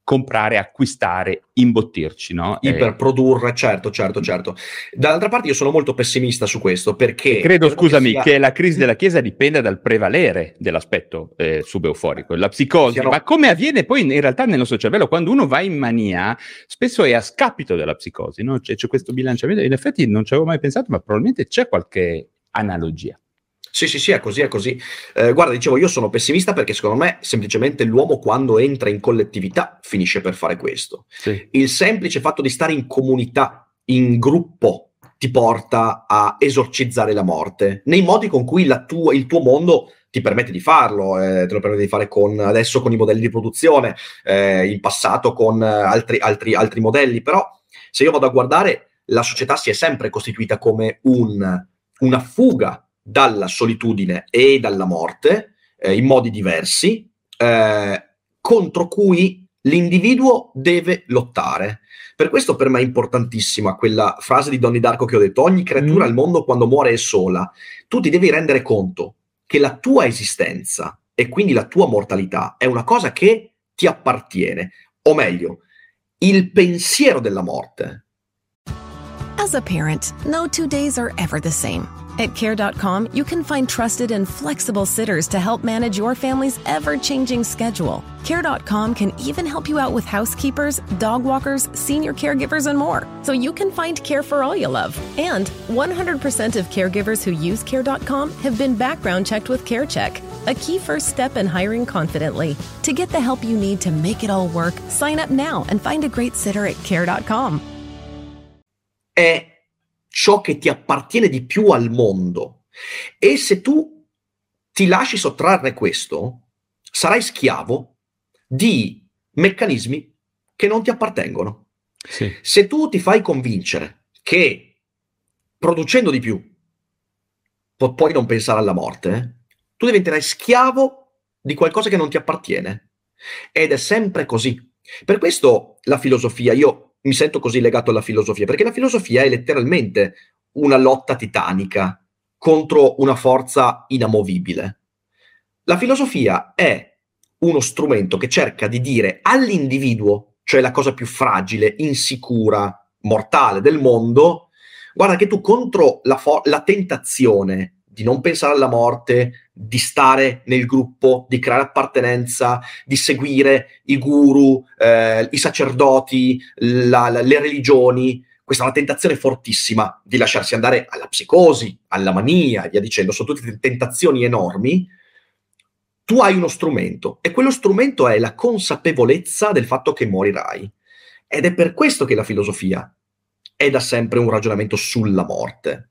[SPEAKER 2] comprare, acquistare, imbottirci, no?
[SPEAKER 3] Iperprodurre, eh, certo, certo, certo. Dall'altra parte io sono molto pessimista su questo, perché...
[SPEAKER 2] Credo,
[SPEAKER 3] credo
[SPEAKER 2] scusami, che,
[SPEAKER 3] che, sia...
[SPEAKER 2] che la crisi della Chiesa dipenda dal prevalere dell'aspetto eh, subeuforico, la psicosi, siano... ma come avviene poi in realtà nel nostro cervello, quando uno va in mania, spesso è a scapito della psicosi, no? C'è, c'è questo bilanciamento, in effetti non ci avevo mai pensato, ma probabilmente c'è qualche analogia.
[SPEAKER 3] Sì, sì, sì, è così, è così. Eh, guarda, dicevo, io sono pessimista perché secondo me semplicemente l'uomo quando entra in collettività finisce per fare questo.
[SPEAKER 2] Sì.
[SPEAKER 3] Il semplice fatto di stare in comunità, in gruppo, ti porta a esorcizzare la morte, nei modi con cui la tua, il tuo mondo ti permette di farlo, eh, te lo permette di fare con, adesso con i modelli di produzione, eh, in passato con altri, altri, altri modelli, però se io vado a guardare, la società si è sempre costituita come un, una fuga dalla solitudine e dalla morte, eh, in modi diversi, eh, contro cui l'individuo deve lottare. Per questo per me è importantissima quella frase di Donnie Darko che ho detto: ogni creatura mm. al mondo quando muore è sola. Tu ti devi rendere conto che la tua esistenza e quindi la tua mortalità è una cosa che ti appartiene, o meglio, il pensiero della morte.
[SPEAKER 5] As a parent, no two days are ever the same. At care dot com, you can find trusted and flexible sitters to help manage your family's ever-changing schedule. care dot com can even help you out with housekeepers, dog walkers, senior caregivers, and more, so you can find care for all you love. And one hundred percent of caregivers who use care dot com have been background checked with CareCheck, a key first step in hiring confidently. To get the help you need to make it all work, sign up now and find a great sitter at care dot com.
[SPEAKER 3] È ciò che ti appartiene di più al mondo, e se tu ti lasci sottrarre questo, sarai schiavo di meccanismi che non ti appartengono.
[SPEAKER 2] Sì.
[SPEAKER 3] Se tu ti fai convincere che producendo di più pu- puoi non pensare alla morte, eh, tu diventerai schiavo di qualcosa che non ti appartiene, ed è sempre così. Per questo la filosofia, io mi sento così legato alla filosofia, perché la filosofia è letteralmente una lotta titanica contro una forza inamovibile. La filosofia è uno strumento che cerca di dire all'individuo, cioè la cosa più fragile, insicura, mortale del mondo, guarda che tu contro la, fo- la tentazione di non pensare alla morte, di stare nel gruppo, di creare appartenenza, di seguire i guru, eh, i sacerdoti, la, la, le religioni. Questa è una tentazione fortissima di lasciarsi andare alla psicosi, alla mania, e via dicendo. Sono tutte tentazioni enormi. Tu hai uno strumento, e quello strumento è la consapevolezza del fatto che morirai. Ed è per questo che la filosofia è da sempre un ragionamento sulla morte.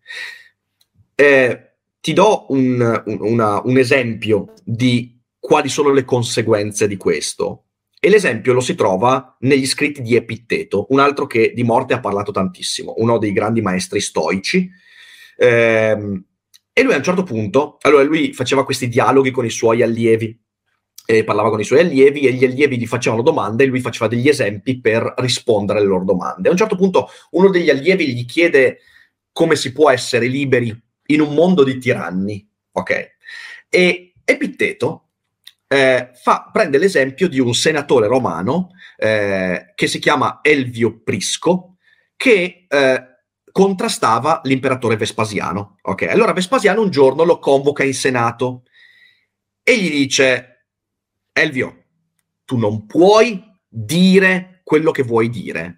[SPEAKER 3] Eh, Ti do un, un, una, un esempio di quali sono le conseguenze di questo. E l'esempio lo si trova negli scritti di Epitteto, un altro che di morte ha parlato tantissimo, uno dei grandi maestri stoici. Ehm, e lui a un certo punto, allora lui faceva questi dialoghi con i suoi allievi, e parlava con i suoi allievi, e gli allievi gli facevano domande e lui faceva degli esempi per rispondere alle loro domande. A un certo punto uno degli allievi gli chiede come si può essere liberi in un mondo di tiranni, ok? E Epitteto eh, fa, prende l'esempio di un senatore romano eh, che si chiama Elvio Prisco, che eh, contrastava l'imperatore Vespasiano, ok? Allora Vespasiano un giorno lo convoca in Senato e gli dice: Elvio, tu non puoi dire quello che vuoi dire.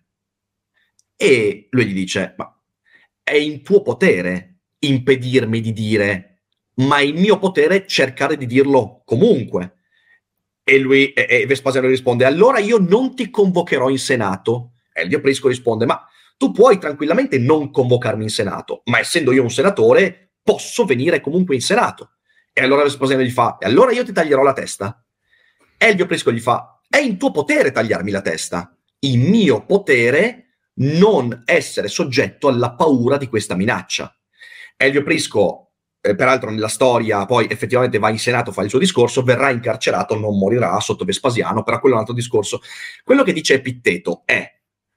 [SPEAKER 3] E lui gli dice: ma è in tuo potere impedirmi di dire, ma è il mio potere cercare di dirlo comunque. E lui, e, e Vespasiano risponde: allora io non ti convocherò in Senato. E Elvio Prisco risponde: ma tu puoi tranquillamente non convocarmi in Senato, ma essendo io un senatore posso venire comunque in Senato. E allora Vespasiano gli fa: e allora io ti taglierò la testa. E Elvio Prisco gli fa: è in tuo potere tagliarmi la testa, in mio potere non essere soggetto alla paura di questa minaccia. Elvio Prisco, eh, peraltro nella storia, poi effettivamente va in Senato, fa il suo discorso, verrà incarcerato, non morirà sotto Vespasiano, però quello è un altro discorso. Quello che dice Epitteto è: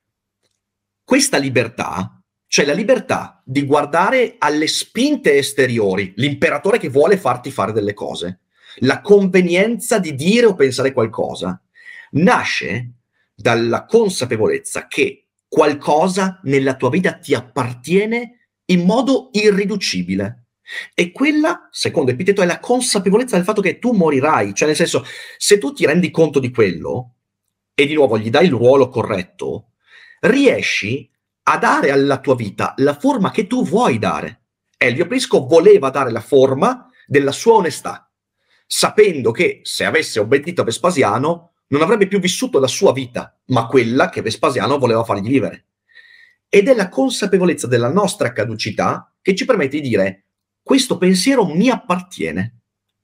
[SPEAKER 3] questa libertà, cioè la libertà di guardare alle spinte esteriori, l'imperatore che vuole farti fare delle cose, la convenienza di dire o pensare qualcosa, nasce dalla consapevolezza che qualcosa nella tua vita ti appartiene in modo irriducibile. E quella, secondo Epiteto, è la consapevolezza del fatto che tu morirai. Cioè, nel senso, se tu ti rendi conto di quello e di nuovo gli dai il ruolo corretto, riesci a dare alla tua vita la forma che tu vuoi dare. Elvio Prisco voleva dare la forma della sua onestà, sapendo che se avesse obbedito a Vespasiano non avrebbe più vissuto la sua vita, ma quella che Vespasiano voleva fargli vivere. Ed è la consapevolezza della nostra caducità che ci permette di dire: questo pensiero mi appartiene.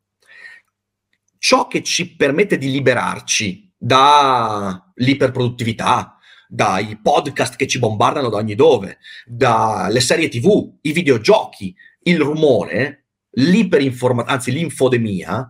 [SPEAKER 3] Ciò che ci permette di liberarci dall'iperproduttività, dai podcast che ci bombardano da ogni dove, dalle serie tivù, i videogiochi, il rumore, l'iperinformazione, anzi l'infodemia,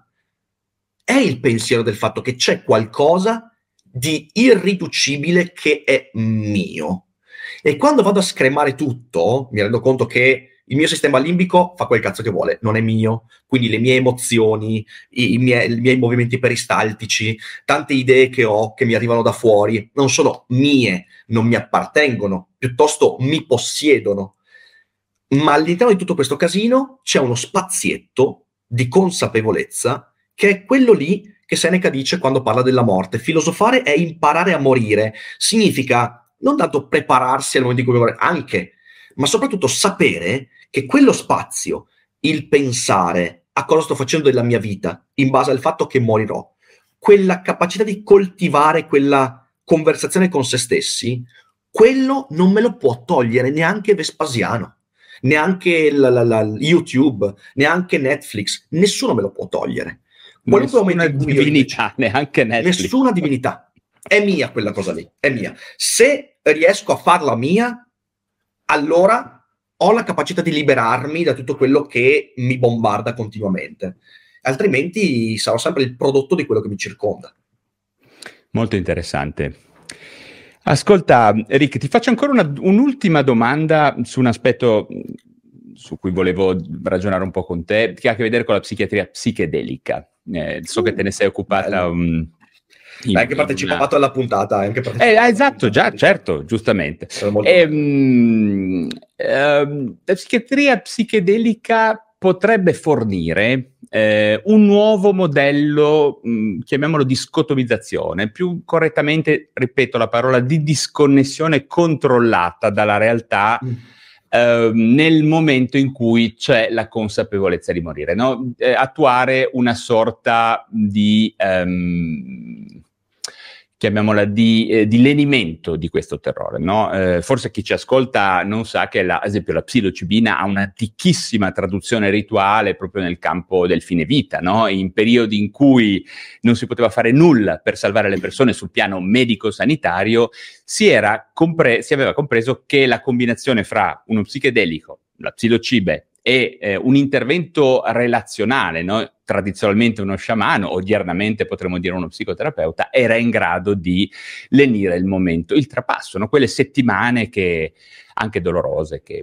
[SPEAKER 3] è il pensiero del fatto che c'è qualcosa di irriducibile che è mio. E quando vado a scremare tutto, mi rendo conto che il mio sistema limbico fa quel cazzo che vuole, non è mio. Quindi le mie emozioni, i, i, miei, i miei movimenti peristaltici, tante idee che ho, che mi arrivano da fuori, non sono mie, non mi appartengono, piuttosto mi possiedono. Ma all'interno di tutto questo casino c'è uno spazietto di consapevolezza che è quello lì che Seneca dice quando parla della morte. Filosofare è imparare a morire. Significa non tanto prepararsi al momento in cui muore, anche, ma soprattutto sapere che quello spazio, il pensare a cosa sto facendo della mia vita in base al fatto che morirò, quella capacità di coltivare quella conversazione con se stessi, quello non me lo può togliere neanche Vespasiano, neanche la, la, la, YouTube, neanche Netflix, nessuno me lo può togliere.
[SPEAKER 2] Qualunque nessuna divinità, io, neanche Netflix.
[SPEAKER 3] Nessuna divinità. È mia quella cosa lì, è mia. Se riesco a farla mia, allora ho la capacità di liberarmi da tutto quello che mi bombarda continuamente. Altrimenti sarò sempre il prodotto di quello che mi circonda.
[SPEAKER 2] Molto interessante. Ascolta, Rick, ti faccio ancora una, un'ultima domanda su un aspetto su cui volevo ragionare un po' con te, che ha a che vedere con la psichiatria psichedelica. Eh, so uh, che te ne sei occupata. Um,
[SPEAKER 3] in, Hai anche partecipato una... alla puntata. Hai anche
[SPEAKER 2] partecipato eh, esatto, già, certo, giustamente. E, um, uh, la psichiatria psichedelica potrebbe fornire eh, un nuovo modello, mh, chiamiamolo di scotomizzazione, più correttamente, ripeto la parola, di disconnessione controllata dalla realtà mm. eh, nel momento in cui c'è la consapevolezza di morire, no? Eh, attuare una sorta di... Um, chiamiamola di, eh, di lenimento di questo terrore, no? Eh, forse chi ci ascolta non sa che la, ad esempio la psilocibina ha un'antichissima traduzione rituale proprio nel campo del fine vita, no? In periodi in cui non si poteva fare nulla per salvare le persone sul piano medico-sanitario, si, era compre- si aveva compreso che la combinazione fra uno psichedelico, la psilocibe, e eh, un intervento relazionale, no? Tradizionalmente uno sciamano, odiernamente potremmo dire uno psicoterapeuta, era in grado di lenire il momento, il trapasso, no? Quelle settimane che anche dolorose. Che,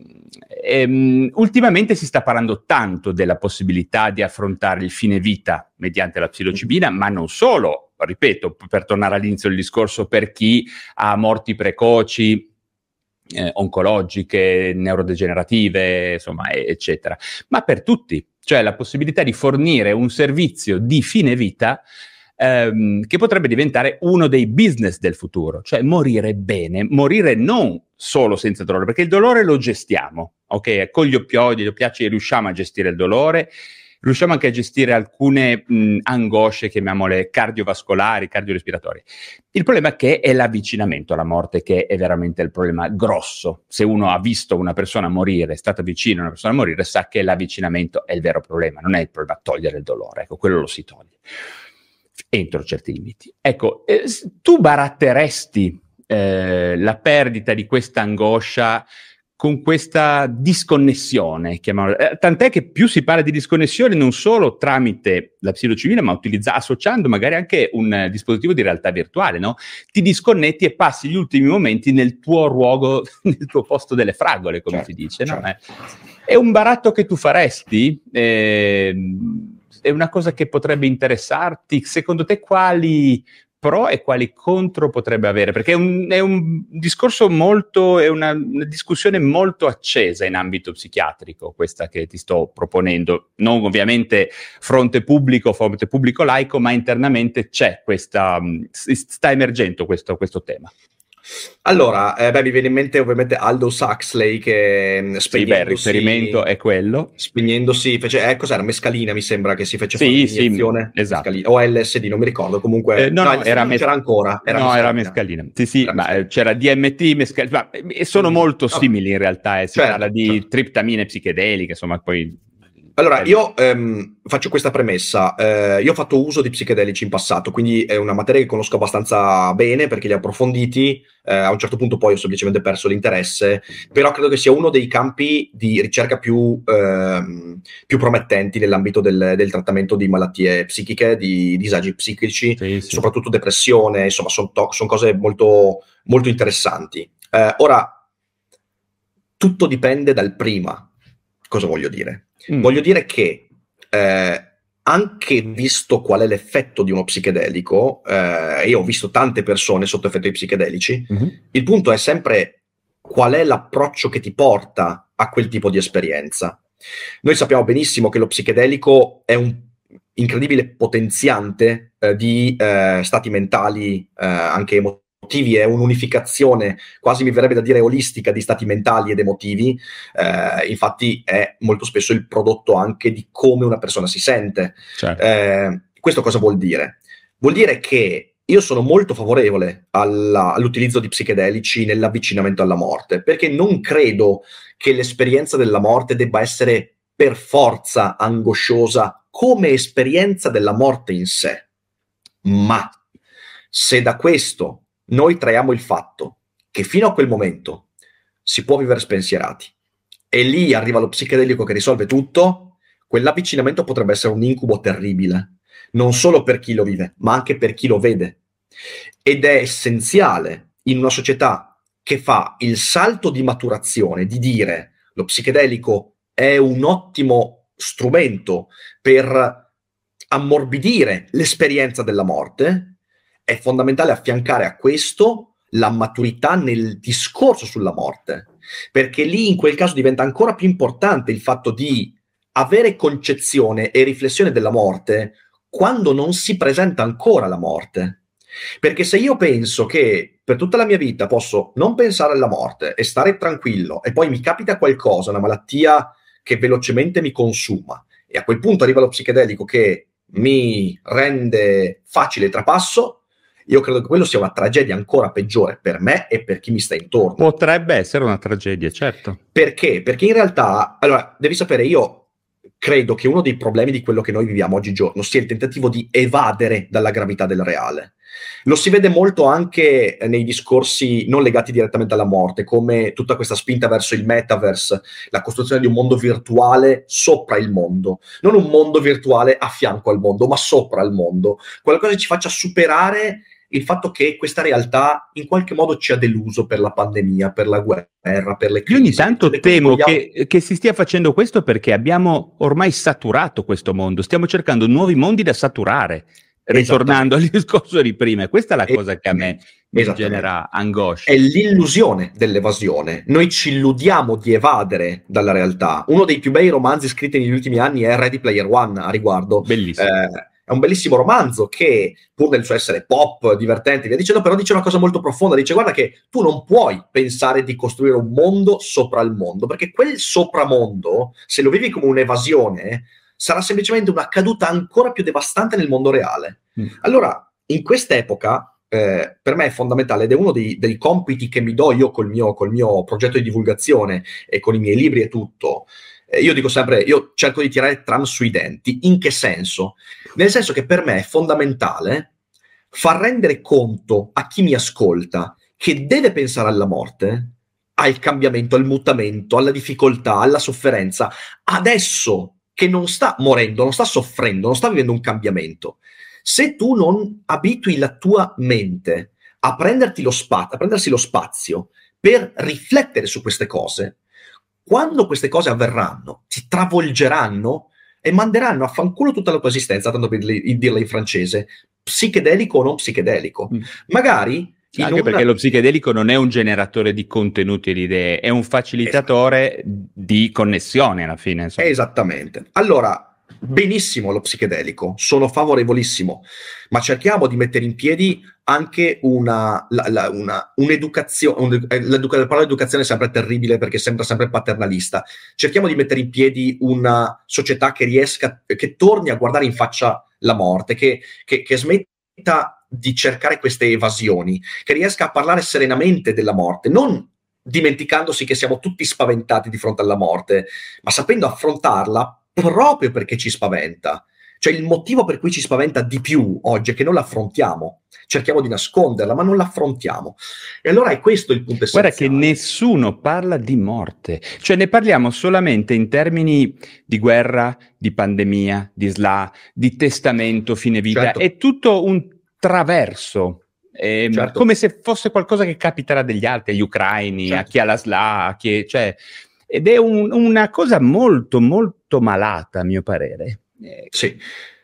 [SPEAKER 2] ehm, ultimamente si sta parlando tanto della possibilità di affrontare il fine vita mediante la psilocibina, ma non solo, ripeto, per tornare all'inizio del discorso, per chi ha morti precoci, Eh, oncologiche, neurodegenerative, insomma, eccetera, ma per tutti, cioè la possibilità di fornire un servizio di fine vita ehm, che potrebbe diventare uno dei business del futuro, cioè morire bene, morire non solo senza dolore, perché il dolore lo gestiamo, ok? Con gli oppioidi, gli oppiacei riusciamo a gestire il dolore, riusciamo anche a gestire alcune mh, angosce, chiamiamole cardiovascolari, cardiorespiratorie. Il problema è che è l'avvicinamento alla morte che è veramente il problema grosso. Se uno ha visto una persona morire, è stato vicino a una persona a morire, sa che l'avvicinamento è il vero problema, non è il problema togliere il dolore, ecco, quello lo si toglie, entro certi limiti. Ecco, eh, tu baratteresti eh, la perdita di questa angoscia con questa disconnessione, eh, tant'è che più si parla di disconnessione non solo tramite la psilocibina, ma utilizza, associando magari anche un eh, dispositivo di realtà virtuale, no? Ti disconnetti e passi gli ultimi momenti nel tuo luogo, nel tuo posto delle fragole, come certo, si dice, no? Certo. Eh, è un baratto che tu faresti? Eh, è una cosa che potrebbe interessarti? Secondo te quali pro e quali contro potrebbe avere? Perché è un, è un discorso molto, è una, una discussione molto accesa in ambito psichiatrico, questa che ti sto proponendo. Non ovviamente fronte pubblico, fronte pubblico laico, ma internamente c'è questa, sta emergendo questo, questo tema.
[SPEAKER 3] Allora, eh, beh, mi viene in mente ovviamente Aldous Huxley che
[SPEAKER 2] sì, beh, il riferimento è quello.
[SPEAKER 3] Spegnendosi, fece, eh, cos'era? Mescalina mi sembra che si fece fare
[SPEAKER 2] sì, sì, esatto.
[SPEAKER 3] o L S D, non mi ricordo, comunque
[SPEAKER 2] eh, no, no,
[SPEAKER 3] no,
[SPEAKER 2] era mes-
[SPEAKER 3] c'era ancora. Era
[SPEAKER 2] no,
[SPEAKER 3] mescalina.
[SPEAKER 2] era mescalina. Sì, sì,
[SPEAKER 3] era
[SPEAKER 2] ma
[SPEAKER 3] mescalina.
[SPEAKER 2] c'era D M T, mescalina, ma sono molto simili in realtà, eh. Si
[SPEAKER 3] certo,
[SPEAKER 2] parla di
[SPEAKER 3] certo.
[SPEAKER 2] triptamine psichedeliche, insomma, poi...
[SPEAKER 3] Allora, io ehm, faccio questa premessa. Eh, io ho fatto uso di psichedelici in passato, quindi è una materia che conosco abbastanza bene perché li ho approfonditi. Eh, a un certo punto poi ho semplicemente perso l'interesse, però credo che sia uno dei campi di ricerca più, ehm, più promettenti nell'ambito del, del trattamento di malattie psichiche, di disagi psichici,
[SPEAKER 2] sì, sì.
[SPEAKER 3] soprattutto depressione, insomma, sono to- son cose molto, molto interessanti. Eh, ora, tutto dipende dal prima. Cosa voglio dire? Mm. Voglio dire che eh, anche visto qual è l'effetto di uno psichedelico, eh, io ho visto tante persone sotto effetto di psichedelici, mm-hmm. il punto è sempre qual è l'approccio che ti porta a quel tipo di esperienza. Noi sappiamo benissimo che lo psichedelico è un incredibile potenziante eh, di eh, stati mentali eh, anche emotivi. È un'unificazione, quasi mi verrebbe da dire olistica, di stati mentali ed emotivi. Eh, infatti è molto spesso il prodotto anche di come una persona si sente.
[SPEAKER 2] Certo.
[SPEAKER 3] Eh, questo cosa vuol dire? Vuol dire che io sono molto favorevole alla, all'utilizzo di psichedelici nell'avvicinamento alla morte, perché non credo che l'esperienza della morte debba essere per forza angosciosa come esperienza della morte in sé. Ma se da questo noi traiamo il fatto che fino a quel momento si può vivere spensierati e lì arriva lo psichedelico che risolve tutto, quell'avvicinamento potrebbe essere un incubo terribile, non solo per chi lo vive, ma anche per chi lo vede. Ed è essenziale in una società che fa il salto di maturazione di dire lo psichedelico è un ottimo strumento per ammorbidire l'esperienza della morte. È fondamentale affiancare a questo la maturità nel discorso sulla morte, perché lì in quel caso diventa ancora più importante il fatto di avere concezione e riflessione della morte quando non si presenta ancora la morte. Perché se io penso che per tutta la mia vita posso non pensare alla morte e stare tranquillo e poi mi capita qualcosa, una malattia che velocemente mi consuma, e a quel punto arriva lo psichedelico che mi rende facile il trapasso, io credo che quello sia una tragedia ancora peggiore per me e per chi mi sta intorno.
[SPEAKER 2] Potrebbe essere una tragedia, certo.
[SPEAKER 3] Perché? Perché in realtà, allora, devi sapere, io credo che uno dei problemi di quello che noi viviamo oggigiorno sia il tentativo di evadere dalla gravità del reale. Lo si vede molto anche nei discorsi non legati direttamente alla morte, come tutta questa spinta verso il metaverse, la costruzione di un mondo virtuale sopra il mondo. Non un mondo virtuale a fianco al mondo, ma sopra il mondo. Qualcosa che ci faccia superare il fatto che questa realtà in qualche modo ci ha deluso per la pandemia, per la guerra, per le crisi.
[SPEAKER 2] Io ogni tanto
[SPEAKER 3] cioè,
[SPEAKER 2] temo
[SPEAKER 3] vogliamo...
[SPEAKER 2] che, che si stia facendo questo perché abbiamo ormai saturato questo mondo, stiamo cercando nuovi mondi da saturare, ritornando al discorso di prima. Questa è la cosa che a me mi genera angoscia.
[SPEAKER 3] È l'illusione dell'evasione. Noi ci illudiamo di evadere dalla realtà. Uno dei più bei romanzi scritti negli ultimi anni è Ready Player One a riguardo.
[SPEAKER 2] Bellissimo.
[SPEAKER 3] Eh, È un bellissimo romanzo che, pur nel suo essere pop, divertente, via dicendo, però dice una cosa molto profonda. Dice, guarda che tu non puoi pensare di costruire un mondo sopra il mondo, perché quel sopramondo, se lo vivi come un'evasione, sarà semplicemente una caduta ancora più devastante nel mondo reale. Mm. Allora, in quest'epoca, eh, per me è fondamentale, ed è uno dei, dei compiti che mi do io col mio, col mio progetto di divulgazione e con i miei libri e tutto. Io dico sempre, io cerco di tirare tram sui denti. In che senso? Nel senso che per me è fondamentale far rendere conto a chi mi ascolta che deve pensare alla morte, al cambiamento, al mutamento, alla difficoltà, alla sofferenza, adesso che non sta morendo, non sta soffrendo, non sta vivendo un cambiamento. Se tu non abitui la tua mente a prenderti lo spazio, a prendersi lo spazio per riflettere su queste cose, quando queste cose avverranno, ti travolgeranno, e manderanno a fanculo tutta la tua esistenza, tanto per dirla, dirla in francese, psichedelico o non psichedelico. Mm. Magari...
[SPEAKER 2] Anche perché una... lo psichedelico non è un generatore di contenuti e di idee, è un facilitatore esatto. di connessione alla fine. Insomma.
[SPEAKER 3] Esattamente. Allora, benissimo lo psichedelico, sono favorevolissimo, ma cerchiamo di mettere in piedi anche una, la, la, una un'educazione, un, l'educa, la parola educazione è sempre terribile perché sembra sempre paternalista, cerchiamo di mettere in piedi una società che riesca, che torni a guardare in faccia la morte, che, che, che smetta di cercare queste evasioni, che riesca a parlare serenamente della morte, non dimenticandosi che siamo tutti spaventati di fronte alla morte, ma sapendo affrontarla proprio perché ci spaventa. Cioè il motivo per cui ci spaventa di più oggi è che non l'affrontiamo, cerchiamo di nasconderla, ma non l'affrontiamo. E allora è questo il punto essenziale.
[SPEAKER 2] Guarda che nessuno parla di morte, cioè ne parliamo solamente in termini di guerra, di pandemia, di S L A, di testamento, fine vita, certo. È tutto un traverso, eh, certo. Come se fosse qualcosa che capiterà degli altri, agli ucraini, certo. A chi ha la S L A, a chi, cioè, ed è un, una cosa molto molto malata a mio parere.
[SPEAKER 3] Eh, sì,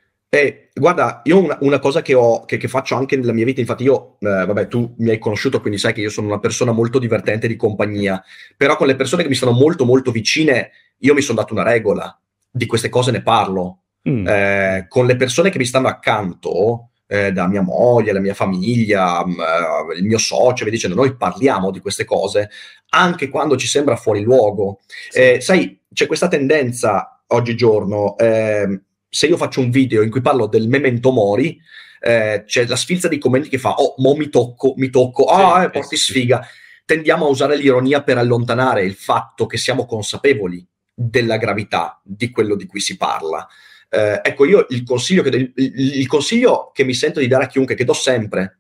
[SPEAKER 3] eh, guarda, io una, una cosa che, ho, che, che faccio anche nella mia vita, infatti io, eh, vabbè, tu mi hai conosciuto, quindi sai che io sono una persona molto divertente di compagnia, però con le persone che mi stanno molto molto vicine, io mi sono dato una regola, di queste cose ne parlo, mm. eh, con le persone che mi stanno accanto, Eh, da mia moglie, la mia famiglia, mh, il mio socio, vi dicendo, noi parliamo di queste cose anche quando ci sembra fuori luogo. Sì. Eh, sai, c'è questa tendenza oggigiorno, eh, se io faccio un video in cui parlo del memento mori, eh, c'è la sfilza di commenti che fa, oh, mo mi tocco, mi tocco, ah, sì, oh, eh, porti sì. sfiga. Tendiamo a usare l'ironia per allontanare il fatto che siamo consapevoli della gravità di quello di cui si parla. Eh, ecco, io il consiglio, che, il, il consiglio che mi sento di dare a chiunque, che do sempre,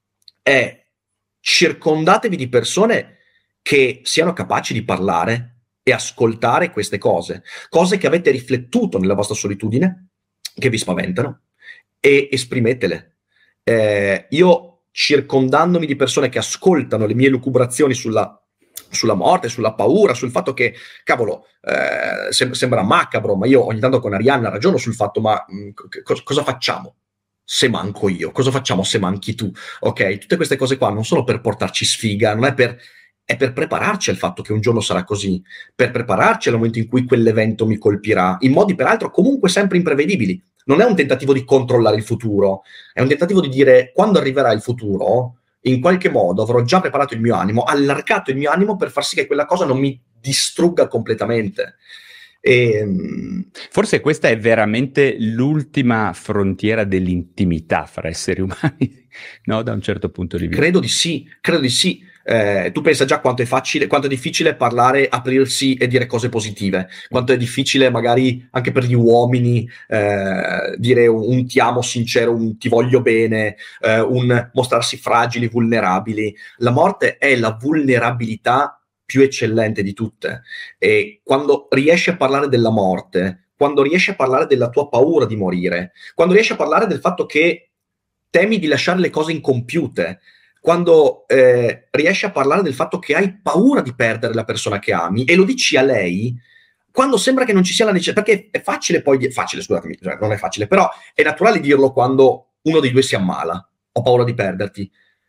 [SPEAKER 3] è circondatevi di persone che siano capaci di parlare e ascoltare queste cose, cose che avete riflettuto nella vostra solitudine, che vi spaventano, e esprimetele. Eh, io, circondandomi di persone che ascoltano le mie lucubrazioni sulla sulla morte, sulla paura, sul fatto che, cavolo, eh, sem- sembra macabro, ma io ogni tanto con Arianna ragiono sul fatto, ma mh, co- cosa facciamo se manco io? Cosa facciamo se manchi tu? Ok, tutte queste cose qua non sono per portarci sfiga, non è per, è per prepararci al fatto che un giorno sarà così, per prepararci al momento in cui quell'evento mi colpirà, in modi peraltro comunque sempre imprevedibili. Non è un tentativo di controllare il futuro, è un tentativo di dire, quando arriverà il futuro, in qualche modo avrò già preparato il mio animo, allargato il mio animo per far sì che quella cosa non mi distrugga completamente. E,
[SPEAKER 2] forse questa è veramente l'ultima frontiera dell'intimità fra esseri umani, no? Da un certo punto di vista.
[SPEAKER 3] Credo di sì, credo di sì. Eh, tu pensa già quanto è facile, quanto è difficile parlare, aprirsi e dire cose positive, quanto è difficile magari anche per gli uomini eh, dire un, un ti amo sincero, un ti voglio bene, eh, un mostrarsi fragili, vulnerabili. La morte è la vulnerabilità più eccellente di tutte, e quando riesci a parlare della morte, quando riesci a parlare della tua paura di morire, quando riesci a parlare del fatto che temi di lasciare le cose incompiute, quando eh, riesci a parlare del fatto che hai paura di perdere la persona che ami e lo dici a lei, quando sembra che non ci sia la necessità, perché è facile poi, di- facile scusatemi, cioè non è facile, però è naturale dirlo quando uno dei due si ammala, ho paura di perderti,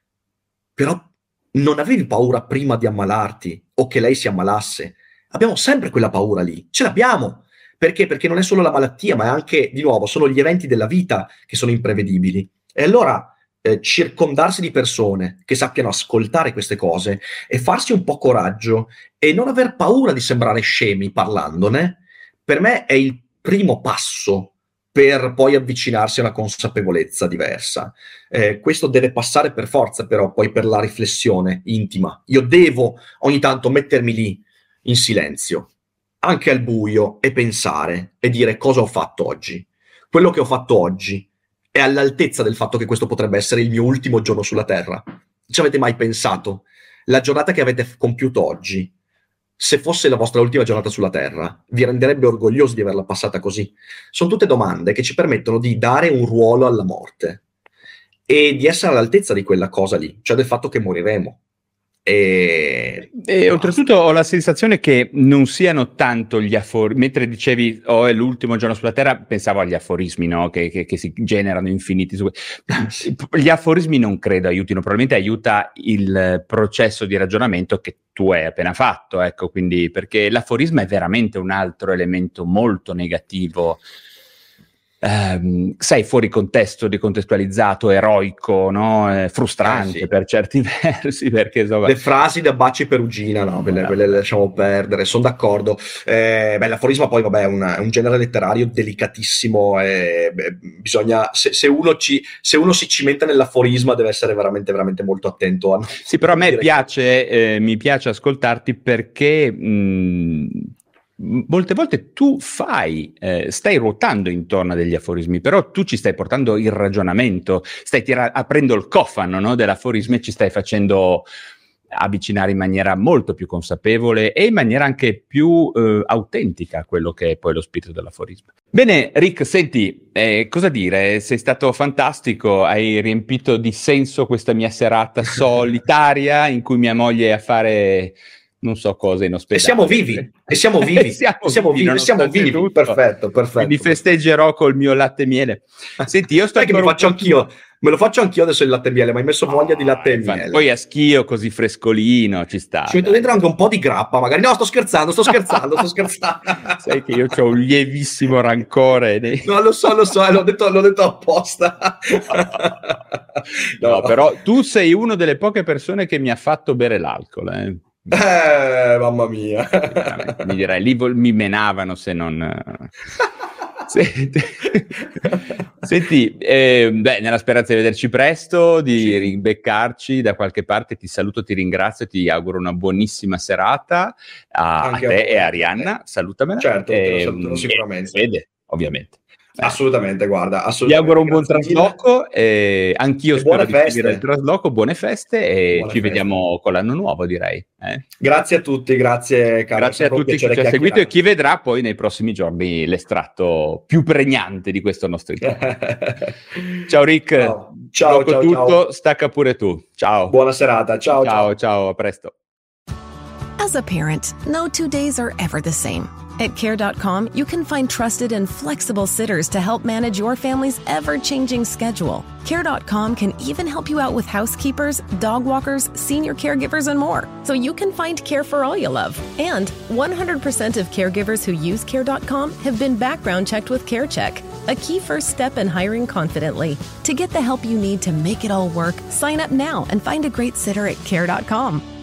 [SPEAKER 3] però non avevi paura prima di ammalarti o che lei si ammalasse, abbiamo sempre quella paura lì, ce l'abbiamo, perché? Perché non è solo la malattia, ma è anche, di nuovo, sono gli eventi della vita che sono imprevedibili, e allora Eh, circondarsi di persone che sappiano ascoltare queste cose e farsi un po' coraggio e non aver paura di sembrare scemi parlandone, per me è il primo passo per poi avvicinarsi a una consapevolezza diversa. Eh, questo deve passare per forza però poi per la riflessione intima. Io devo ogni tanto mettermi lì in silenzio, anche al buio, e pensare e dire cosa ho fatto oggi. Quello che ho fatto oggi è all'altezza del fatto che questo potrebbe essere il mio ultimo giorno sulla Terra. Ci avete mai pensato? La giornata che avete compiuto oggi, se fosse la vostra ultima giornata sulla Terra, vi renderebbe orgogliosi di averla passata così? Sono tutte domande che ci permettono di dare un ruolo alla morte e di essere all'altezza di quella cosa lì, cioè del fatto che moriremo. E,
[SPEAKER 2] e oltretutto ho la sensazione che non siano tanto gli aforismi, mentre dicevi oh è l'ultimo giorno sulla terra, pensavo agli aforismi, no? che, che, che si generano infiniti su... Gli aforismi non credo aiutino, probabilmente aiuta il processo di ragionamento che tu hai appena fatto, ecco, quindi perché l'aforisma è veramente un altro elemento molto negativo. Um, sai, fuori contesto, decontestualizzato, eroico, no? Eh, frustrante eh, sì. per certi versi, perché insomma...
[SPEAKER 3] Le frasi da Baci Perugina, no, quelle, no. quelle le lasciamo perdere, sono d'accordo. Eh, beh, l'aforisma poi, vabbè, è, una, è un genere letterario delicatissimo, e, beh, bisogna, se, se, uno ci, se uno si cimenta nell'aforisma deve essere veramente, veramente molto attento. A...
[SPEAKER 2] Sì, però a me piace, eh, mi piace ascoltarti perché... Mh, molte volte tu fai, eh, stai ruotando intorno a degli aforismi, però tu ci stai portando il ragionamento, stai tira- aprendo il cofano, no, dell'aforismo e ci stai facendo avvicinare in maniera molto più consapevole e in maniera anche più eh, autentica a quello che è poi lo spirito dell'aforismo. Bene, Rick, senti, eh, cosa dire? Sei stato fantastico, hai riempito di senso questa mia serata solitaria in cui mia moglie è a fare... non so cosa in ospedale.
[SPEAKER 3] E siamo vivi, e siamo vivi, siamo, siamo vivi, vivi siamo vivi. Tutto. Perfetto, perfetto.
[SPEAKER 2] Quindi festeggerò col mio latte e miele. Senti, io sto
[SPEAKER 3] che mi faccio anch'io, me lo faccio anch'io adesso il latte e miele, ma hai messo voglia oh, di latte e miele.
[SPEAKER 2] Poi a schio così frescolino, ci sta.
[SPEAKER 3] Ci metto dentro anche un po' di grappa, magari. No, sto scherzando, sto scherzando, sto scherzando.
[SPEAKER 2] Sai che io ho un lievissimo rancore. Nei...
[SPEAKER 3] No, lo so, lo so, l'ho detto, l'ho detto apposta.
[SPEAKER 2] no. no, però tu sei una delle poche persone che mi ha fatto bere l'alcol, eh.
[SPEAKER 3] Eh, mamma mia.
[SPEAKER 2] Mi direi, lì vol- mi menavano se non... Senti, Senti eh, beh, nella speranza di vederci presto, di sì. ribeccarci da qualche parte, ti saluto, ti ringrazio, ti auguro una buonissima serata a, a te a e a Arianna, salutamela.
[SPEAKER 3] Certo,
[SPEAKER 2] e,
[SPEAKER 3] te lo saluto sicuramente.
[SPEAKER 2] E Fede, ovviamente.
[SPEAKER 3] Assolutamente, guarda, assolutamente.
[SPEAKER 2] Vi auguro un buon trasloco, eh, anch'io e spero di seguire il trasloco, buone feste e buone ci feste. Vediamo con l'anno nuovo, direi. Eh?
[SPEAKER 3] Grazie a tutti, grazie Carlo.
[SPEAKER 2] Grazie a tutti chi ci ha seguito e chi vedrà poi nei prossimi giorni l'estratto più pregnante di questo nostro incontro. Ciao Rick,
[SPEAKER 3] ciao, ciao, ciao,
[SPEAKER 2] tutto,
[SPEAKER 3] ciao.
[SPEAKER 2] Stacca pure tu. Ciao.
[SPEAKER 3] Buona serata, ciao,
[SPEAKER 2] ciao. Ciao, ciao, a presto.
[SPEAKER 5] As a parent, no two days are ever the same. At care dot com, you can find trusted and flexible sitters to help manage your family's ever-changing schedule. care dot com can even help you out with housekeepers, dog walkers, senior caregivers, and more, so you can find care for all you love. And one hundred percent of caregivers who use care dot com have been background checked with CareCheck, a key first step in hiring confidently. To get the help you need to make it all work, sign up now and find a great sitter at care dot com.